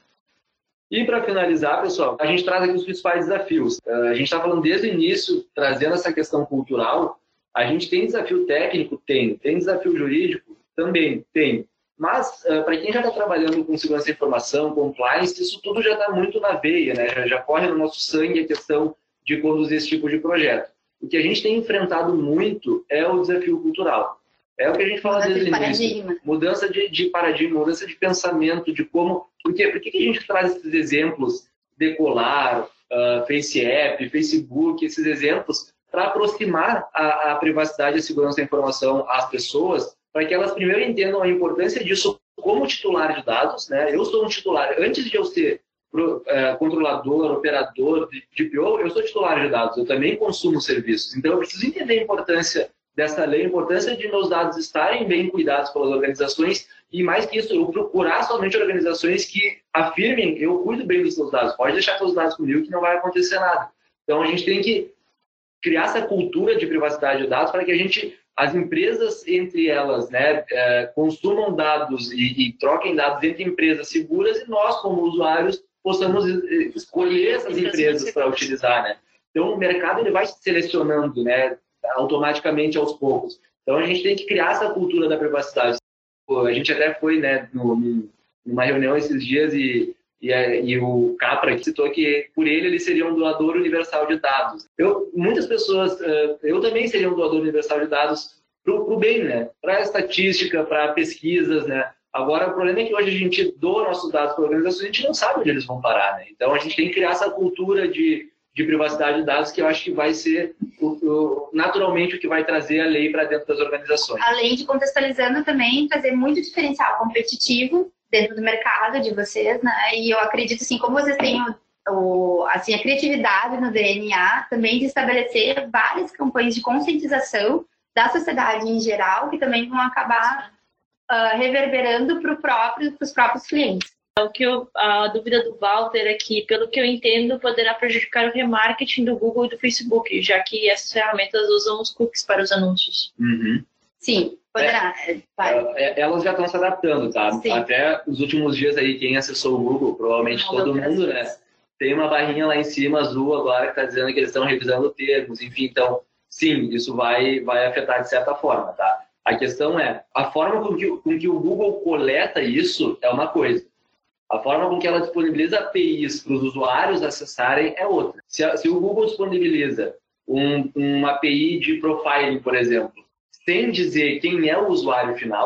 E para finalizar, pessoal, a gente traz aqui os principais desafios. Uh, a gente está falando desde o início, trazendo essa questão cultural. A gente tem desafio técnico? Tem. Tem desafio jurídico? Também tem. Mas, uh, para quem já está trabalhando com segurança da informação, compliance, isso tudo já está muito na veia, né? já, já corre no nosso sangue a questão de conduzir esse tipo de projeto. O que a gente tem enfrentado muito é o desafio cultural. É o que a gente fala desde o início. Mudança de, de paradigma, mudança de pensamento, de como... Por que, por que a gente traz esses exemplos, Decolar, uh, FaceApp, Facebook, esses exemplos, para aproximar a, a privacidade e a segurança da informação às pessoas, para que elas primeiro entendam a importância disso como titular de dados, né? Eu sou um titular, antes de eu ser pro, uh, controlador, operador de D P O, eu sou titular de dados, eu também consumo serviços. Então eu preciso entender a importância dessa lei, a importância de meus dados estarem bem cuidados pelas organizações e, mais que isso, eu procurar somente organizações que afirmem eu cuido bem dos seus dados. Pode deixar seus dados comigo que não vai acontecer nada. Então, a gente tem que criar essa cultura de privacidade de dados para que a gente, as empresas entre elas, né, é, consumam dados e, e troquem dados entre empresas seguras e nós, como usuários, possamos escolher essas empresas para utilizar, né? Então, o mercado ele vai selecionando, né, automaticamente aos poucos. Então, a gente tem que criar essa cultura da privacidade. A gente até foi, né, no, numa reunião esses dias e, e, e o Capra citou que, por ele, ele seria um doador universal de dados. Eu, muitas pessoas, eu também seria um doador universal de dados para o bem, né? Para estatística, para pesquisas, né? Agora, o problema é que hoje a gente doa nossos dados para organizações e a gente não sabe onde eles vão parar, né? Então, a gente tem que criar essa cultura de de privacidade de dados, que eu acho que vai ser o, o, naturalmente o que vai trazer a lei para dentro das organizações. Além de contextualizando também, trazer muito diferencial competitivo dentro do mercado de vocês, né? E eu acredito, assim, como vocês têm o, o, assim, a criatividade no D N A, também de estabelecer várias campanhas de conscientização da sociedade em geral, que também vão acabar uh, reverberando para próprio, os próprios clientes. O que eu, a dúvida do Walter é que, pelo que eu entendo, poderá prejudicar o remarketing do Google e do Facebook, já que essas ferramentas usam os cookies para os anúncios. Uhum. Sim, poderá. É, é, elas já estão se adaptando, tá? Sim. Até os últimos dias aí, quem acessou o Google, provavelmente todo mundo, né? Tem uma barrinha lá em cima azul agora que está dizendo que eles estão revisando termos, enfim, então, sim, isso vai, vai afetar de certa forma, tá? A questão é, a forma com que, com que o Google coleta isso é uma coisa. A forma com que ela disponibiliza A P Is para os usuários acessarem é outra. Se, a, se o Google disponibiliza um, uma A P I de profiling, por exemplo, sem dizer quem é o usuário final,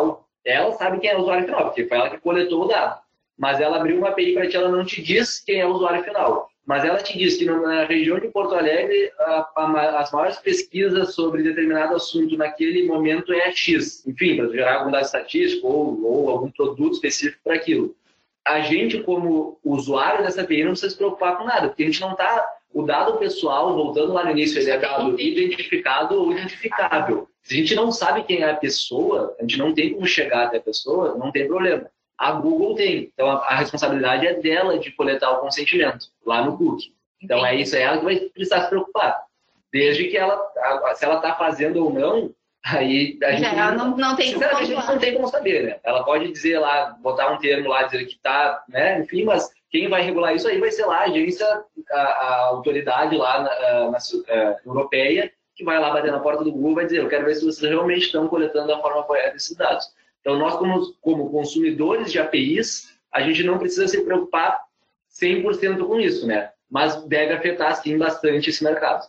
Ela sabe quem é o usuário final, porque foi ela que coletou o dado. Mas ela abriu uma A P I para ti, ela não te diz quem é o usuário final. Mas ela te diz que na região de Porto Alegre, a, a, as maiores pesquisas sobre determinado assunto naquele momento é X. Enfim, para gerar algum dado estatístico ou, ou algum produto específico para aquilo. A gente, como usuário dessa A P I, não precisa se preocupar com nada, porque a gente não está... O dado pessoal, voltando lá no início, ele é dado identificado ou identificável. Se a gente não sabe quem é a pessoa, a gente não tem como chegar até a pessoa, não tem problema. A Google tem. Então, a responsabilidade é dela de coletar o consentimento lá no cookie. Então, é isso, é ela que vai precisar se preocupar. Desde que ela, se ela está fazendo ou não, aí a gente, Já, não, não tem como a gente não tem como saber, né? Ela pode dizer lá, botar um termo lá, dizer que está, né? Enfim, mas quem vai regular isso aí vai ser lá a agência, a, a autoridade lá na, na, na europeia, que vai lá bater na porta do Google e vai dizer, eu quero ver se vocês realmente estão coletando da forma correta esses dados. Então, nós, como, como consumidores de A P Is, a gente não precisa se preocupar cem por cento com isso, né? Mas deve afetar, sim, bastante esse mercado.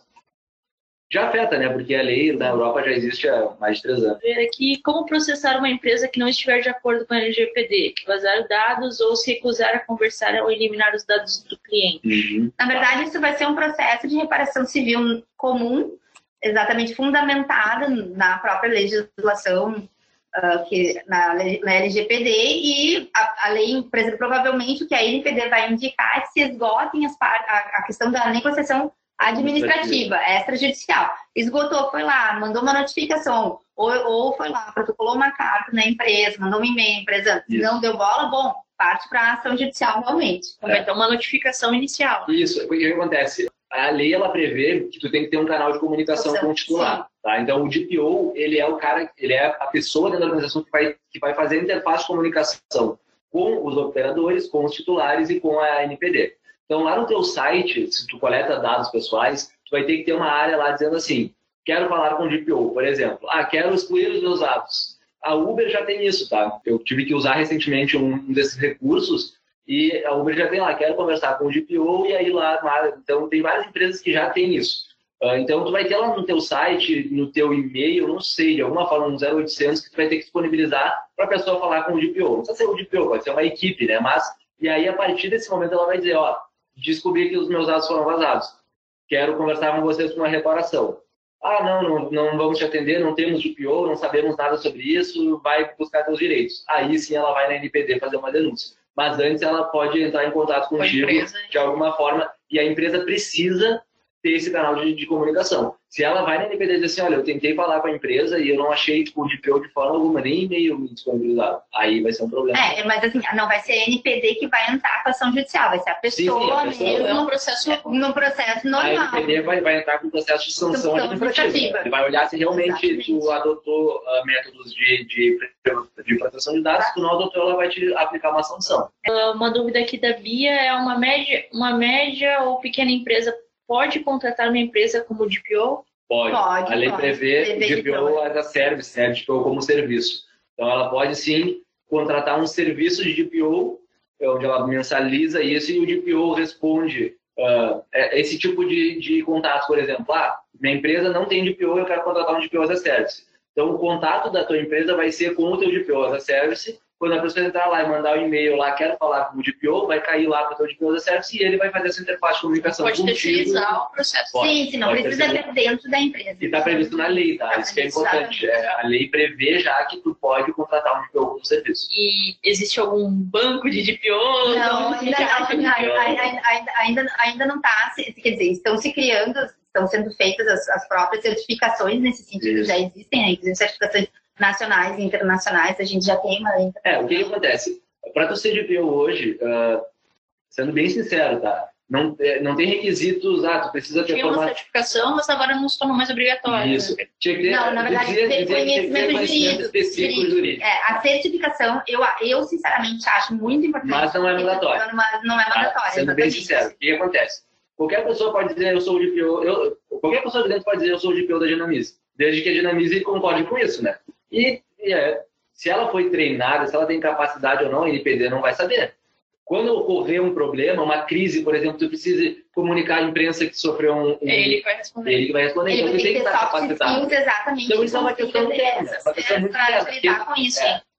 Já afeta, né? Porque a lei da Europa já existe há mais de três anos. Ver aqui como processar uma empresa que não estiver de acordo com a L G P D, que vazar dados ou se recusar a conversar ou eliminar os dados do cliente. Uhum. Na verdade, isso vai ser um processo de reparação civil comum, exatamente fundamentada na própria legislação, uh, que, na, na L G P D, e a, a lei, por exemplo, provavelmente o que a N P D vai indicar é que se esgotem as, a, a questão da negociação administrativa, extrajudicial. Esgotou, foi lá, mandou uma notificação, ou, ou foi lá, protocolou uma carta na empresa, mandou um e-mail à empresa, Isso. não deu bola, bom, parte para a ação judicial realmente. É. Então, uma notificação inicial. Isso, o que acontece? A lei, ela prevê que tu tem que ter um canal de comunicação com o titular. Tá? Então, o D P O, ele é o cara, ele é a pessoa dentro da organização que vai, que vai fazer a interface de comunicação com os operadores, com os titulares e com a N P D. Então, lá no teu site, se tu coleta dados pessoais, tu vai ter que ter uma área lá dizendo assim, quero falar com o D P O, por exemplo. Ah, quero excluir os meus dados. A Uber já tem isso, tá? Eu tive que usar recentemente um desses recursos e a Uber já tem lá, quero conversar com o D P O e aí lá, lá então tem várias empresas que já têm isso. Uh, então, tu vai ter lá no teu site, no teu e-mail, não sei, de alguma forma, um zero oitocentos que tu vai ter que disponibilizar para a pessoa falar com o D P O. Não precisa ser o D P O, pode ser uma equipe, né? Mas, e aí, a partir desse momento, ela vai dizer, ó, descobri que os meus dados foram vazados. Quero conversar com vocês com uma reparação. Ah, não, não, não vamos te atender, não temos D P O, não sabemos nada sobre isso, vai buscar seus direitos. Aí sim ela vai na N P D fazer uma denúncia. Mas antes ela pode entrar em contato contigo de alguma forma e a empresa precisa ter esse canal de, de comunicação. Se ela vai na N P D e diz assim, olha, eu tentei falar com a empresa e eu não achei tipo, o D P O de forma alguma, nem e-mail me disponibilizado. Aí vai ser um problema. É, mas assim, não vai ser a N P D que vai entrar com a ação judicial, vai ser a pessoa, sim, sim, a pessoa mesmo, é um processo, no processo normal. A N P D vai, vai entrar com o processo de sanção administrativa. Ele vai olhar se realmente exatamente. Tu adotou uh, métodos de, de, de proteção de dados, se tu não adotou, ela vai te aplicar uma sanção. Uma dúvida aqui da Bia é uma média, uma média ou pequena empresa pode contratar uma empresa como D P O? Pode. pode a lei pode. prevê o D P O as a service, né? D P O como serviço. Então, ela pode, sim, contratar um serviço de D P O, onde ela mensaliza isso e o D P O responde uh, esse tipo de, de contato. Por exemplo, ah, minha empresa não tem D P O, eu quero contratar um D P O as a service. Então, o contato da tua empresa vai ser com o teu D P O as a service. Quando a pessoa entrar lá e mandar o um e-mail lá, quero falar com o D P O, vai cair lá para o teu D P O da service e ele vai fazer essa interface de comunicação pode contigo. Pode terceirizar o processo. Pode, sim, se não precisa ter dentro da empresa. E está previsto na lei, tá? Isso que é importante. É, a lei prevê já que tu pode contratar um D P O como serviço. E existe algum banco de D P O? Não, ainda, ainda, ainda, ainda, ainda não está. Quer dizer, estão se criando, estão sendo feitas as, as próprias certificações nesse sentido, isso. Já existem, né? Inclusive certificações nacionais e internacionais, a gente já tem uma lei. É, o que, que acontece? Para tu ser D P O hoje, uh, sendo bem sincero, tá? Não, não tem requisitos, ah, tu precisa ter... Tinha uma forma... certificação, mas agora não se torna mais obrigatório. Isso. Tinha que ter, não, na verdade, dizer, ter conhecimento jurídico. específico jurídico. É, a certificação, eu, eu sinceramente acho muito importante. Mas não é mandatório. Mas não é mandatório. Ah, sendo bem sincero, o que, que acontece? Qualquer pessoa pode dizer, eu sou o D P O, eu, qualquer pessoa de dentro pode dizer, eu sou o D P O da Dinamize, desde que a Dinamize concorde com isso, né? E, e é, se ela foi treinada, se ela tem capacidade ou não, a N P D não vai saber. Quando ocorrer um problema, uma crise, por exemplo, tu precisa comunicar à imprensa que sofreu um... um ele que vai responder. Ele que vai responder. Ele então, vai ele tem que ter estar soft capacitado. skills, exatamente. Então, isso é uma questão técnica. Uma questão muito para lidar com isso. É,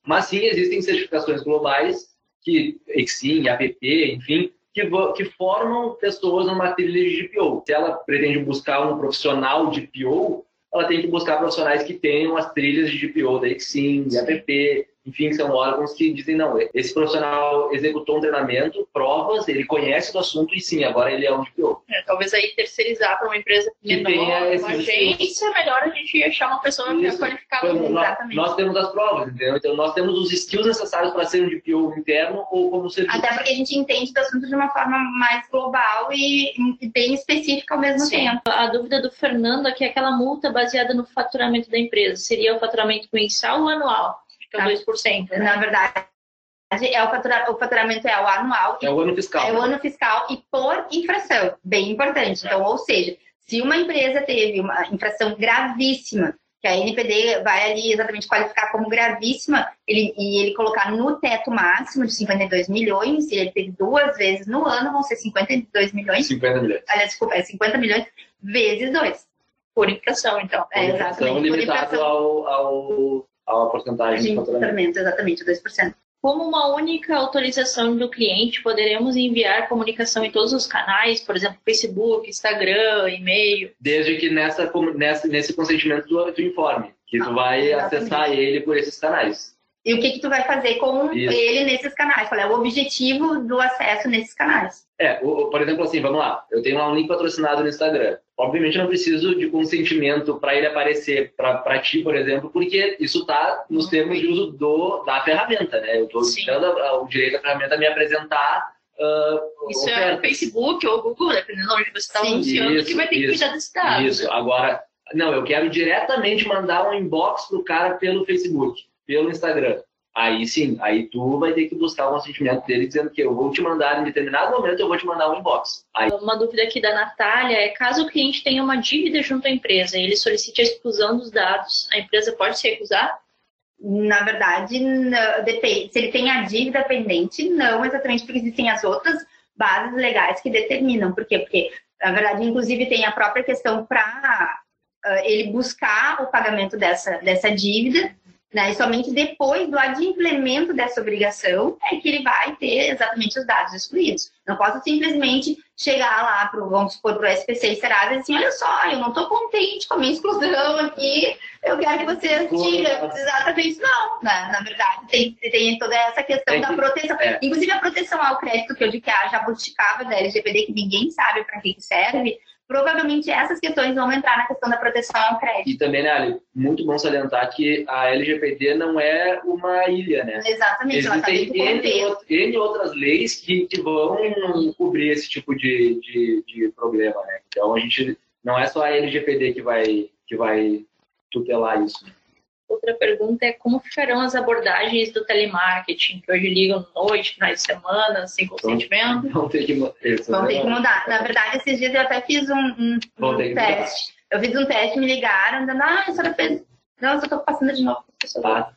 Mas sim, existem certificações globais, que Exim, A P P, enfim, que, que formam pessoas numa trilha de G P O. Se ela pretende buscar um profissional de P O, ela tem que buscar profissionais que tenham as trilhas de G P O da Exim, da A P P, enfim, são órgãos que dizem, não, esse profissional executou um treinamento, provas, ele conhece do assunto e sim, agora ele é um G P O. É, talvez aí terceirizar para uma empresa que menor, tenha uma agência, é melhor a gente achar uma pessoa mais qualificada. Nós, exatamente. Nós temos as provas, entendeu? Então nós temos os skills necessários para ser um G P O interno ou como serviço. Até porque a gente entende do assunto de uma forma mais global e, e bem específica ao mesmo Sim. tempo. A dúvida do Fernando é que aquela multa baseada no faturamento da empresa seria o faturamento mensal ou anual? Que é o dois por cento. Né? Na verdade, é o, fatura, o faturamento é o anual. É o ano fiscal. É o ano fiscal e por infração. Bem importante. Então, ou seja, se uma empresa teve uma infração gravíssima, que a N P D vai ali exatamente qualificar como gravíssima, ele, e ele colocar no teto máximo de cinquenta e dois milhões, e ele teve duas vezes no ano, vão ser cinquenta e dois milhões. cinquenta milhões. Aliás, desculpa, é cinquenta milhões vezes dois. Por infração, então. É, exatamente. Por limitado ao, ao, ao porcentagem de faturamento. Exatamente, dois por cento. Como uma única autorização do cliente, poderemos enviar comunicação em todos os canais, por exemplo, Facebook, Instagram, e-mail? Desde que nessa, nessa, nesse consentimento tu, tu informe, que tu ah, vai exatamente. acessar ele por esses canais. E o que, que tu vai fazer com Isso. ele nesses canais? Qual é o objetivo do acesso nesses canais? É, o, por exemplo, assim, vamos lá. Eu tenho lá um link patrocinado no Instagram. Obviamente eu não preciso de consentimento para ele aparecer para ti, por exemplo, porque isso está nos termos de uso do, da ferramenta, né? Eu estou dando o direito da ferramenta a me apresentar uh, Isso ofertas. é o Facebook ou o Google, dependendo de onde você está anunciando, isso, que vai ter isso, que cuidar desse dado. Isso, agora... Não, eu quero diretamente mandar um inbox pro cara pelo Facebook, pelo Instagram. Aí sim, aí tu vai ter que buscar o consentimento dele dizendo que eu vou te mandar em determinado momento, eu vou te mandar um inbox. Aí... Uma dúvida aqui da Natália é, caso o cliente tenha uma dívida junto à empresa e ele solicite a exclusão dos dados, a empresa pode se recusar? Na verdade, não, depende. Se ele tem a dívida pendente, não, exatamente porque existem as outras bases legais que determinam. Por quê? Porque, na verdade, inclusive tem a própria questão para uh, ele buscar o pagamento dessa, dessa dívida, né? E somente depois do adimplemento dessa obrigação é que ele vai ter exatamente os dados excluídos. Não posso simplesmente chegar lá, pro, vamos supor, para o S P C e Serasa e dizer assim, olha só, eu não estou contente com a minha exclusão aqui, eu quero que vocês tirem. Exatamente não. Na, na verdade, tem, tem toda essa questão é que, da proteção. É. Inclusive a proteção ao crédito que eu digo que a jabuticaba da L G P D, que ninguém sabe para que serve, provavelmente essas questões vão entrar na questão da proteção ao crédito. E também, né, Ali, muito bom salientar que a L G P D não é uma ilha, né? Exatamente. Existem N, N outras leis que, que vão cobrir esse tipo de, de, de problema, né? Então, a gente não é só a L G P D que vai, que vai tutelar isso. Outra pergunta é como ficarão as abordagens do telemarketing, que hoje ligam noite, finais de semana, sem consentimento? Vão ter que, vão ter que mudar. Na verdade, esses dias eu até fiz um, um, um teste. Eu fiz um teste, me ligaram, dizendo, ah, a senhora fez... Não, eu só estou passando de novo. Ah.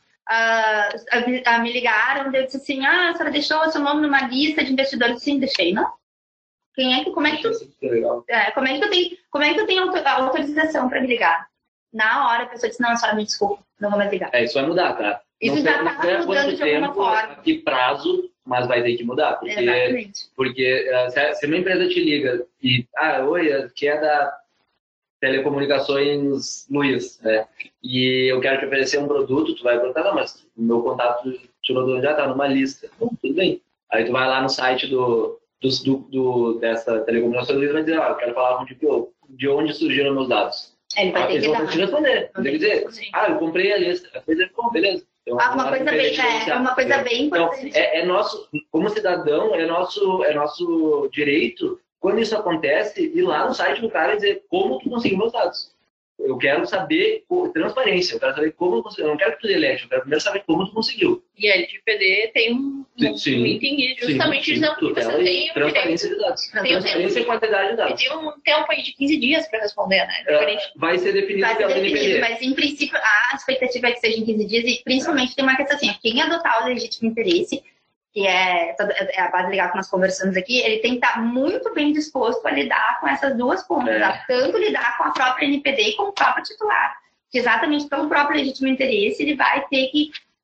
Uh, me ligaram, eu disse assim, ah, a senhora deixou o seu nome numa lista de investidores? Sim, deixei, não? Quem é que, como é que tu... É, como é que eu tenho, como é que eu tenho autorização para me ligar? Na hora a pessoa disse, não, a senhora me desculpa, não vou mais ligar. É, isso vai mudar, tá? Isso não já está mudando de alguma forma. Que prazo, mas vai ter que mudar. Porque, Exatamente. Porque se uma empresa te liga e, ah, oi, que é da Telecomunicações Luiz, né? E eu quero te oferecer um produto, tu vai perguntar, não, mas o meu contato tirou já está numa lista. Bom, tudo bem. Aí tu vai lá no site do, do, do, do dessa Telecomunicações Luiz e vai dizer, ah, eu quero falar com o G P O. De onde surgiram meus dados? Ele vai ah, ter que dar. te responder. Tem que dizer, sim. ah, eu comprei a lista. Depois ele, bom, beleza. Então, ah, uma, coisa bem, é, uma coisa bem importante. Então, é, é nosso, como cidadão, é nosso, é nosso direito, quando isso acontece, ir lá no site do cara e dizer como tu conseguiu meus dados. Eu quero saber transparência, eu quero saber como tu conseguiu. Eu não quero que tu delete, eu quero primeiro saber como tu conseguiu. E a L G P D tem um, um sim, item justamente dizendo que você tem transparência de dados. Tem transparência e quantidade de dados. E tem um tempo aí de quinze dias para responder, né? É, vai ser definido vai ser pela definido, N P D. Mas em princípio a expectativa é que seja em quinze dias e principalmente é. tem uma questão assim, quem adotar o legítimo interesse, que é, é a base legal que nós conversamos aqui, ele tem que estar muito bem disposto a lidar com essas duas pontas, é. a tanto lidar com a própria N P D e com o próprio titular. Que exatamente pelo próprio legítimo interesse, ele vai ter que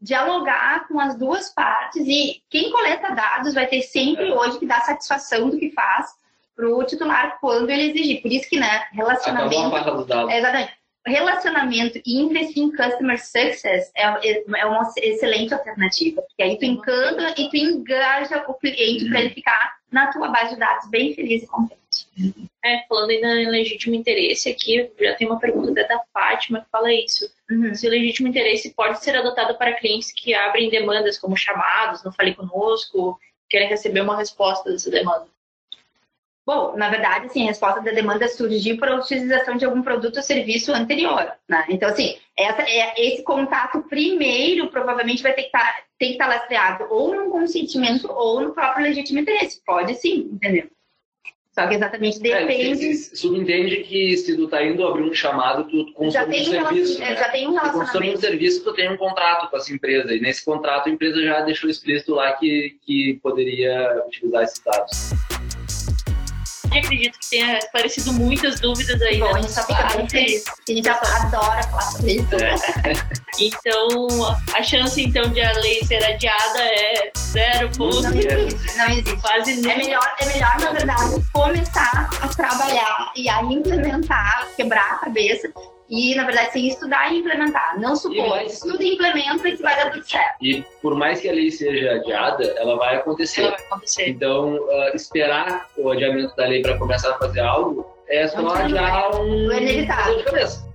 dialogar com as duas partes e quem coleta dados vai ter sempre hoje que dar satisfação do que faz para o titular quando ele exigir. Por isso que, né, relacionamento... Acabou a barra dos dados. É, exatamente. Relacionamento e investir em customer success é, é uma excelente alternativa. Porque aí tu encanta e tu engaja o cliente para ele ficar na tua base de dados bem feliz e contente. É, falando ainda em legítimo interesse aqui, já tem uma pergunta da Fátima que fala isso. Uhum. Se o legítimo interesse pode ser adotado para clientes que abrem demandas como chamados, não fale conosco, querem receber uma resposta dessa demanda. Bom, na verdade, assim, a resposta da demanda surgiu por a utilização de algum produto ou serviço anterior, né? Então, assim, essa, é, esse contato primeiro provavelmente vai ter que estar tem que estar lastreado ou num consentimento ou no próprio legítimo interesse. Pode sim, entendeu? Só que exatamente depende... É, subentende que se tu tá indo abrir um chamado, tu consome um serviço. Né? Já tem um relacionamento. Tu consome um serviço, tu tem um contrato com essa empresa. E nesse contrato a empresa já deixou explícito lá que, que poderia utilizar esses dados. Eu acredito que tenha esclarecido muitas dúvidas aí. Bom, a gente só fica bem feliz. A gente adora falar sobre isso. É. Então, a chance então de a lei ser adiada é zero ponto. Não existe, não existe. Quase é melhor, é melhor, na verdade, começar a trabalhar e a implementar, quebrar a cabeça e, na verdade, sem estudar e implementar. Não supor, mais... estuda e implementa e que vai dar tudo certo. E por mais que a lei seja adiada, ela vai acontecer. Ela vai acontecer. Então, uh, esperar o adiamento da lei para começar a fazer algo é só adiar um... É inevitável. De cabeça.